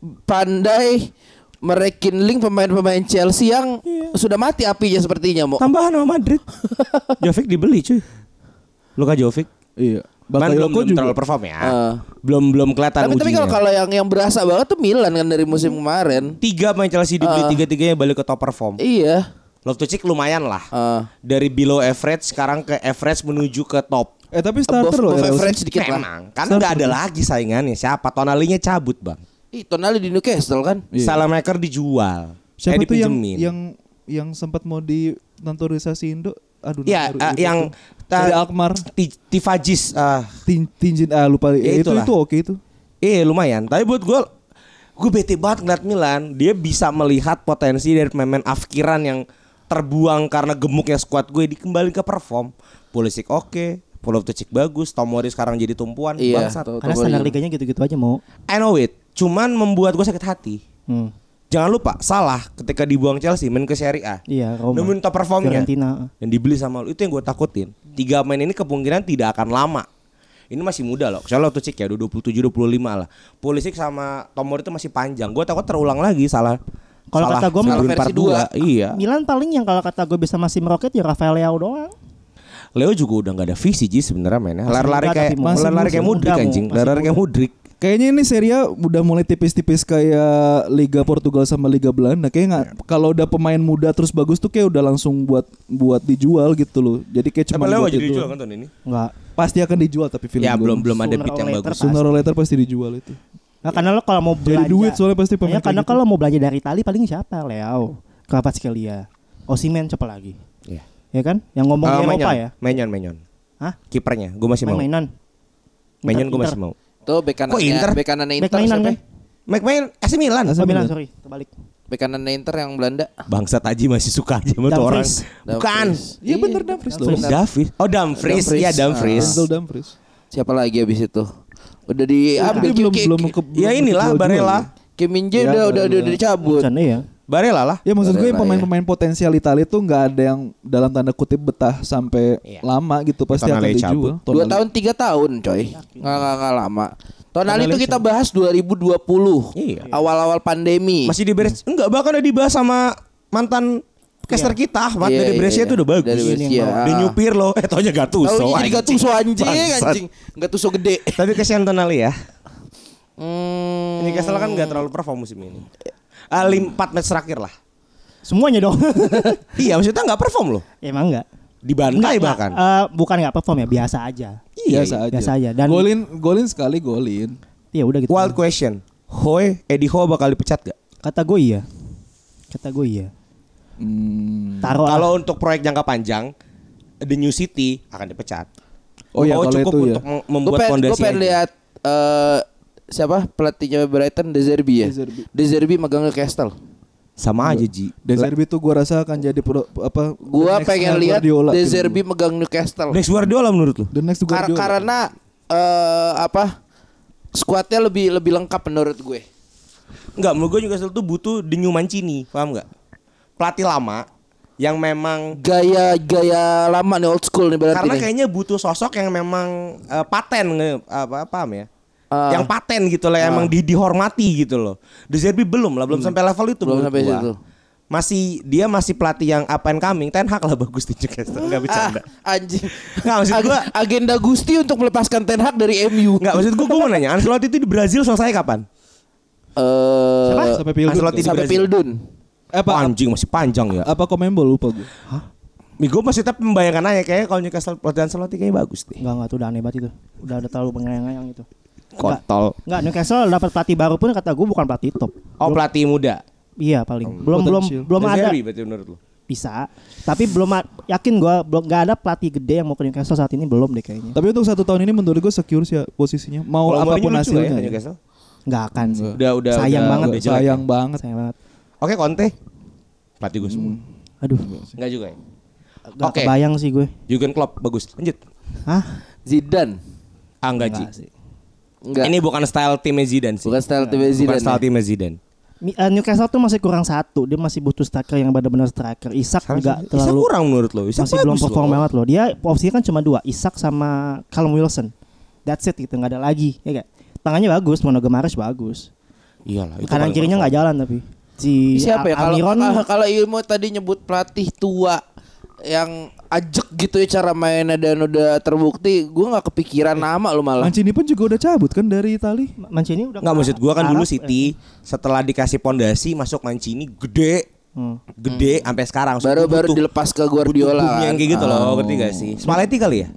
pandai merekindling pemain-pemain Chelsea yang sudah mati apinya sepertinya mau. Tambahan sama Madrid. Jovic dibeli cuy. Luka Jovic. Iya. Bahkan belum, Bakayoko belum juga. terlalu perform ya. Ah. Belum belum kelihatan Tapi tapi ujinya. kalau kalau yang yang berasa banget tuh Milan kan dari musim kemarin. Tiga pemain Chelsea dibeli, Ah. tiga-tiganya balik ke top perform. Iya. Loftus-Cheek lumayan lah. Ah. Dari below average sekarang ke average menuju ke top. Eh tapi starter Above- loh above ya. average sedikit lah. Memang. Karena nggak ada lagi saingannya. Siapa? Tonalinya cabut bang. Ih, Tonali di Newcastle kan. Iya. Salamaker dijual. Siapa eh, tuh yang dipinjemin. yang yang sempat mau di naturalisasi Indo? Aduh, Ya, baru eh, ingat yang tuh. dari Alkmaar, Ti- Tifajis. ah Tin, Tinjin ah lupa. Ya, Ya, itu itulah. itu oke itu. Eh lumayan. Tapi buat gue, gue bete banget ngeliat Milan. Dia bisa melihat potensi dari pemain afkiran yang terbuang karena gemuknya skuad gue dikembali ke perform. Pulisic oke, Loftus-Cheek bagus, Tomori sekarang jadi tumpuan. Iya. Bangsat. tuh, Karena tuh, standar baru- liganya gitu-gitu aja mau. I know it. Cuman membuat gue sakit hati. Hmm. Jangan lupa Salah ketika dibuang Chelsea main ke Serie A. Iya, Roma. Nemuin top performnya. Fiorentina. Dan dibeli sama lu. Itu yang gue takutin. Tiga pemain ini kemungkinan tidak akan lama. Ini masih muda loh. Soalnya Loftus-Cheek ya udah dua puluh tujuh dua puluh lima lah. Pulisic sama Tomori itu masih panjang. Gue takut terulang lagi Salah. Kalau Salah kata gua mah sebelum versi part dua. dua. Iya. Milan paling yang kalau kata gue bisa masih meroket ya Rafael Leao doang. Leo juga udah gak ada visi Ji sebenarnya mainnya. Masih Lari-lari muda kayak tapi mau. lari-lari kayak Masih Mudrik muda, anjing. mau. Masih Lari-lari kayak muda. Mudrik. Kayaknya ini Serie A udah mulai tipis-tipis kayak Liga Portugal sama Liga Belanda. Kayak nggak kalau udah pemain muda terus bagus tuh kayak udah langsung buat buat dijual gitu loh. Jadi kayak cuma Emang Leo buat jadi itu. jual kan tahun ini? Enggak. Pasti akan dijual tapi film Ya gua. belum belum ada Sooner bid or yang later bagus. pasti. Sooner or later pasti dijual itu. Nah, karena lo kalau mau Jadi belanja duit soalnya pasti pemain Ya, kayak karena gitu. kalau mau belanja dari Itali paling siapa? Leao, Kvaratskhelia, Osimhen coba lagi. Iya. Ya kan? Yang ngomong Ah, di Eropa Menyon, ya. Menyon, Menyon. Hah? Kipernya, gue masih mau. Main-mainan. Menyon gue Inter. masih mau. Tuh bek Kok kanannya, Inter? bek kanannya Back Inter mainan siapa? kan? Main main A C Milan. Oh, Milan, Milan. sorry, terbalik. Bek kanannya Inter yang Belanda. Bangsat Aji masih suka aja sama tuh orang. Dumfries. Bukan. Dumfries. Iya bener Dumfries dong. Dumfries. Davis. Oh Dumfries. Dumfries. Iya Dumfries. Denzel Dumfries. Siapa lagi abis itu? Udah diambil Tapi belum Kim- belum Kim- ke Ya belum inilah kejual-jual Barella. ya. Kim Min-jae Ya, udah, udah, udah, Barella. udah dicabut. Sana ya. Barella lah. Ya maksud gue Barella, pemain-pemain potensial Italia tuh nggak ada yang dalam tanda kutip betah sampai Iya. lama gitu pasti akan Tonali dijual. Dua Tonali. tahun tiga tahun coy. Nggak, nggak, nggak lama. Tonali itu Tonali kita bahas dua ribu dua puluh. Iya. Awal-awal pandemi. Masih diberi enggak bahkan udah dibahas sama mantan caster kita Ahmad Iya, dari iya, Brescia iya. itu udah bagus. Dari Brescia. Dia nyupir loh. Eh taunya Gattuso. Tahu jadi anjing. Gattuso anjing Bangsat. anjing. Gattuso gede. Tapi kasihan Tonali ya. Hmm. Ini Newcastle kan nggak terlalu perform musim ini. Ah, lim, empat match terakhir lah. Semuanya dong. Iya maksudnya nggak perform loh. Emang enggak? Dibantai bahkan. Eh, bukan enggak perform ya, biasa aja. Iya, biasa iya. aja. Biasa aja. Dan golin golin sekali golin. ya udah gitu. Wild question. Hoy, Eddie Howe bakal dipecat gak? Kata gue iya. Kata gue iya. Hmm. Taruh Kalau untuk proyek jangka panjang, The New City akan dipecat. Oh ya, Oh, kalau cukup itu ya. untuk mem- Gue membuat pengen, gue fondasi pengen aja. lihat eh, siapa pelatihnya Brighton, De Zerbi ya. De Zerbi. De Zerbi megang Newcastle. Sama aja Ji. De Zerbi tuh gue rasa akan jadi pro, apa? Gua the next pengen Guardiola lihat gitu. De Zerbi megang Newcastle. Next Guardiola menurut lu? The next Kar- Guardiola. karena eh, apa? Skuadnya lebih lebih lengkap menurut gue. Enggak, menurut gue Newcastle tuh butuh The New Mancini, paham enggak? Pelatih lama yang memang Gaya-gaya lama nih, old school nih berarti karena nih. kayaknya butuh sosok yang memang eh, paten nge- apa paham ya? Ah. Yang paten gitu lah, emang di, dihormati gitu loh. De Zerbi belum lah, belum sampai level itu Belum menurut sampai gua. situ. Masih dia masih pelatih yang up and coming. Ten Hag lah bagus di Newcastle, enggak bercanda. Ah, anjing. Nggak, maksud Ag- gua agenda Gusti untuk melepaskan Ten Hag dari M U. enggak maksud gua gua mau nanya, Ancelotti itu di Brazil selesai kapan? Eh, Sampai Pildun. Ancelotti di sampai Brazil. Pildun. Eh, Oh, apa anjing masih panjang ya. apa Komembol lupa gue. Gue masih tetap membayangkan aja kayak kalau Newcastle pelatih Ancelotti kayaknya bagus deh. Enggak enggak tuh udah aneh banget itu. Udah udah terlalu mengayang-ayang itu. Kontol. Enggak, Newcastle dapat pelatih baru pun kata gue bukan pelatih top. Oh, pelatih muda. Iya paling. Belum belum Potensial. belum De ada Zerbi berarti menurut lu. bisa. Tapi belum a- yakin gue belum nggak ada pelatih gede yang mau ke Newcastle saat ini belum deh kayaknya. Tapi untuk satu tahun ini menurut gue secure sih ya posisinya. Mau Kalau apapun Mourinho lucu nggak ya, hasilnya. Newcastle? Nggak akan sih. Udah udah Sayang udah- banget. udah jelek Sayang ya? banget. Sayang banget. Oke, Conte. Pelatih gue semua. Aduh, Enggak juga ya. nggak Oke. kebayang sih gue. Jurgen Klopp bagus. Lanjut. Hah? Zidane. Ah enggak, Ji. Nggak sih. Enggak. Ini bukan style timnya Zidane sih. bukan style tim Bukan Zidane. style ya. timnya Zidane. Mi- eh, Newcastle tuh masih kurang satu. Dia masih butuh striker yang benar-benar striker. Isak juga Isak terlalu kurang menurut lo. Isak masih belum bagus perform loh. banget loh. Dia opsinya kan cuma dua, Isak sama Callum Wilson. That's it gitu, nggak ada lagi. Ya gak? Tangannya bagus, Bruno Guimaraes bagus. Iyalah, itu Kanan paling kirinya perform. nggak jalan tapi. Si Siapa ya A- kalau Almiron ah, kalau Ilmu tadi nyebut pelatih tua yang ajek gitu ya cara mainnya dan udah terbukti, gue nggak kepikiran nama lu malah. Mancini pun juga udah cabut kan dari Itali. Mancini udah Enggak, ke- maksud gua kan ke dulu Arab, City setelah dikasih pondasi masuk Mancini gede. Hmm. Gede sampai sekarang. Maksud Baru gua baru butuh- dilepas ke butuh Guardiola boom yang kan. kayak gitu loh, ngerti gak sih? Spalletti kali ya?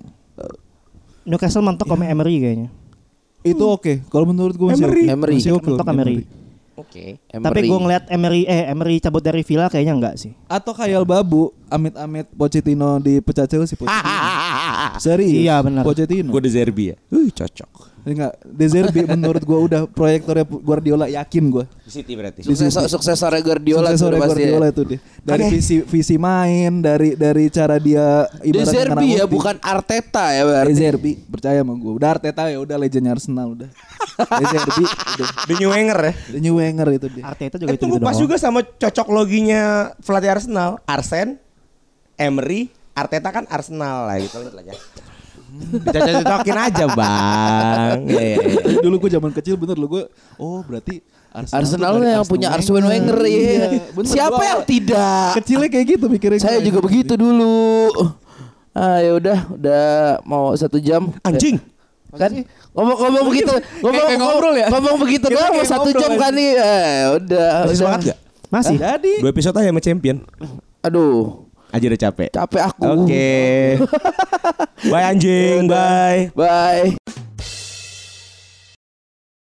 Newcastle mentok sama Emery kayaknya. Itu oke. Kalau menurut gue masih Emery. oke. Emery. Masih oke. Mentok Emery. Oke. Tapi gue ngeliat Emery eh Emery cabut dari Villa kayaknya enggak sih. Atau kayak Babu, amit-amit Pochettino dipecat Chelsea. Pochettino. Serius. Iya, benar. Pochettino. Gue De Zerbi ya. Uh, cocok. Enggak, De Zerbi menurut gue udah proyektornya Guardiola, yakin gue. Di City berarti. Suksesor suksesornya Guardiola tuh Suksesornya udah pasti. Guardiola itu deh. Dari Oke. visi visi main, dari dari cara dia De ibaratnya Zerbi ngeramuti. ya, bukan Arteta ya De berarti. Zerbi, percaya sama gue. Udah Arteta ya, udah legendnya Arsenal udah. De Zerbi, udah. The New Wenger ya. The New Wenger itu dia. Arteta juga Eh, itu tunggu gitu pas doang. juga sama cocok loginya pelatih Arsenal. Arsen, Emery, Arteta kan Arsenal lah gitu lanjut lah ya. Dicocok-cocokin aja bang. Iya, iya, iya. Dulu gue zaman kecil bener lo gue. Oh berarti Arsenal, Arsenal tuh dari yang punya Arsene Wenger ya. bener, Siapa gua yang tidak? Kecilnya kayak gitu mikirnya. Saya gue. juga begitu dulu. Ah ya udah, udah mau satu jam. Anjing. Kan ngomong-ngomong begitu, ngomong kayak ngobrol ya? Ngomong begitu Kita doang mau kayak satu ngobrol jam aja. kan nih. Eh, udah. Masih udah. semangat gak? Masih. Jadi Dua episode aja sama champion. Aduh, Aja udah capek. capek aku. Oke. Bye anjing, bye. Bye.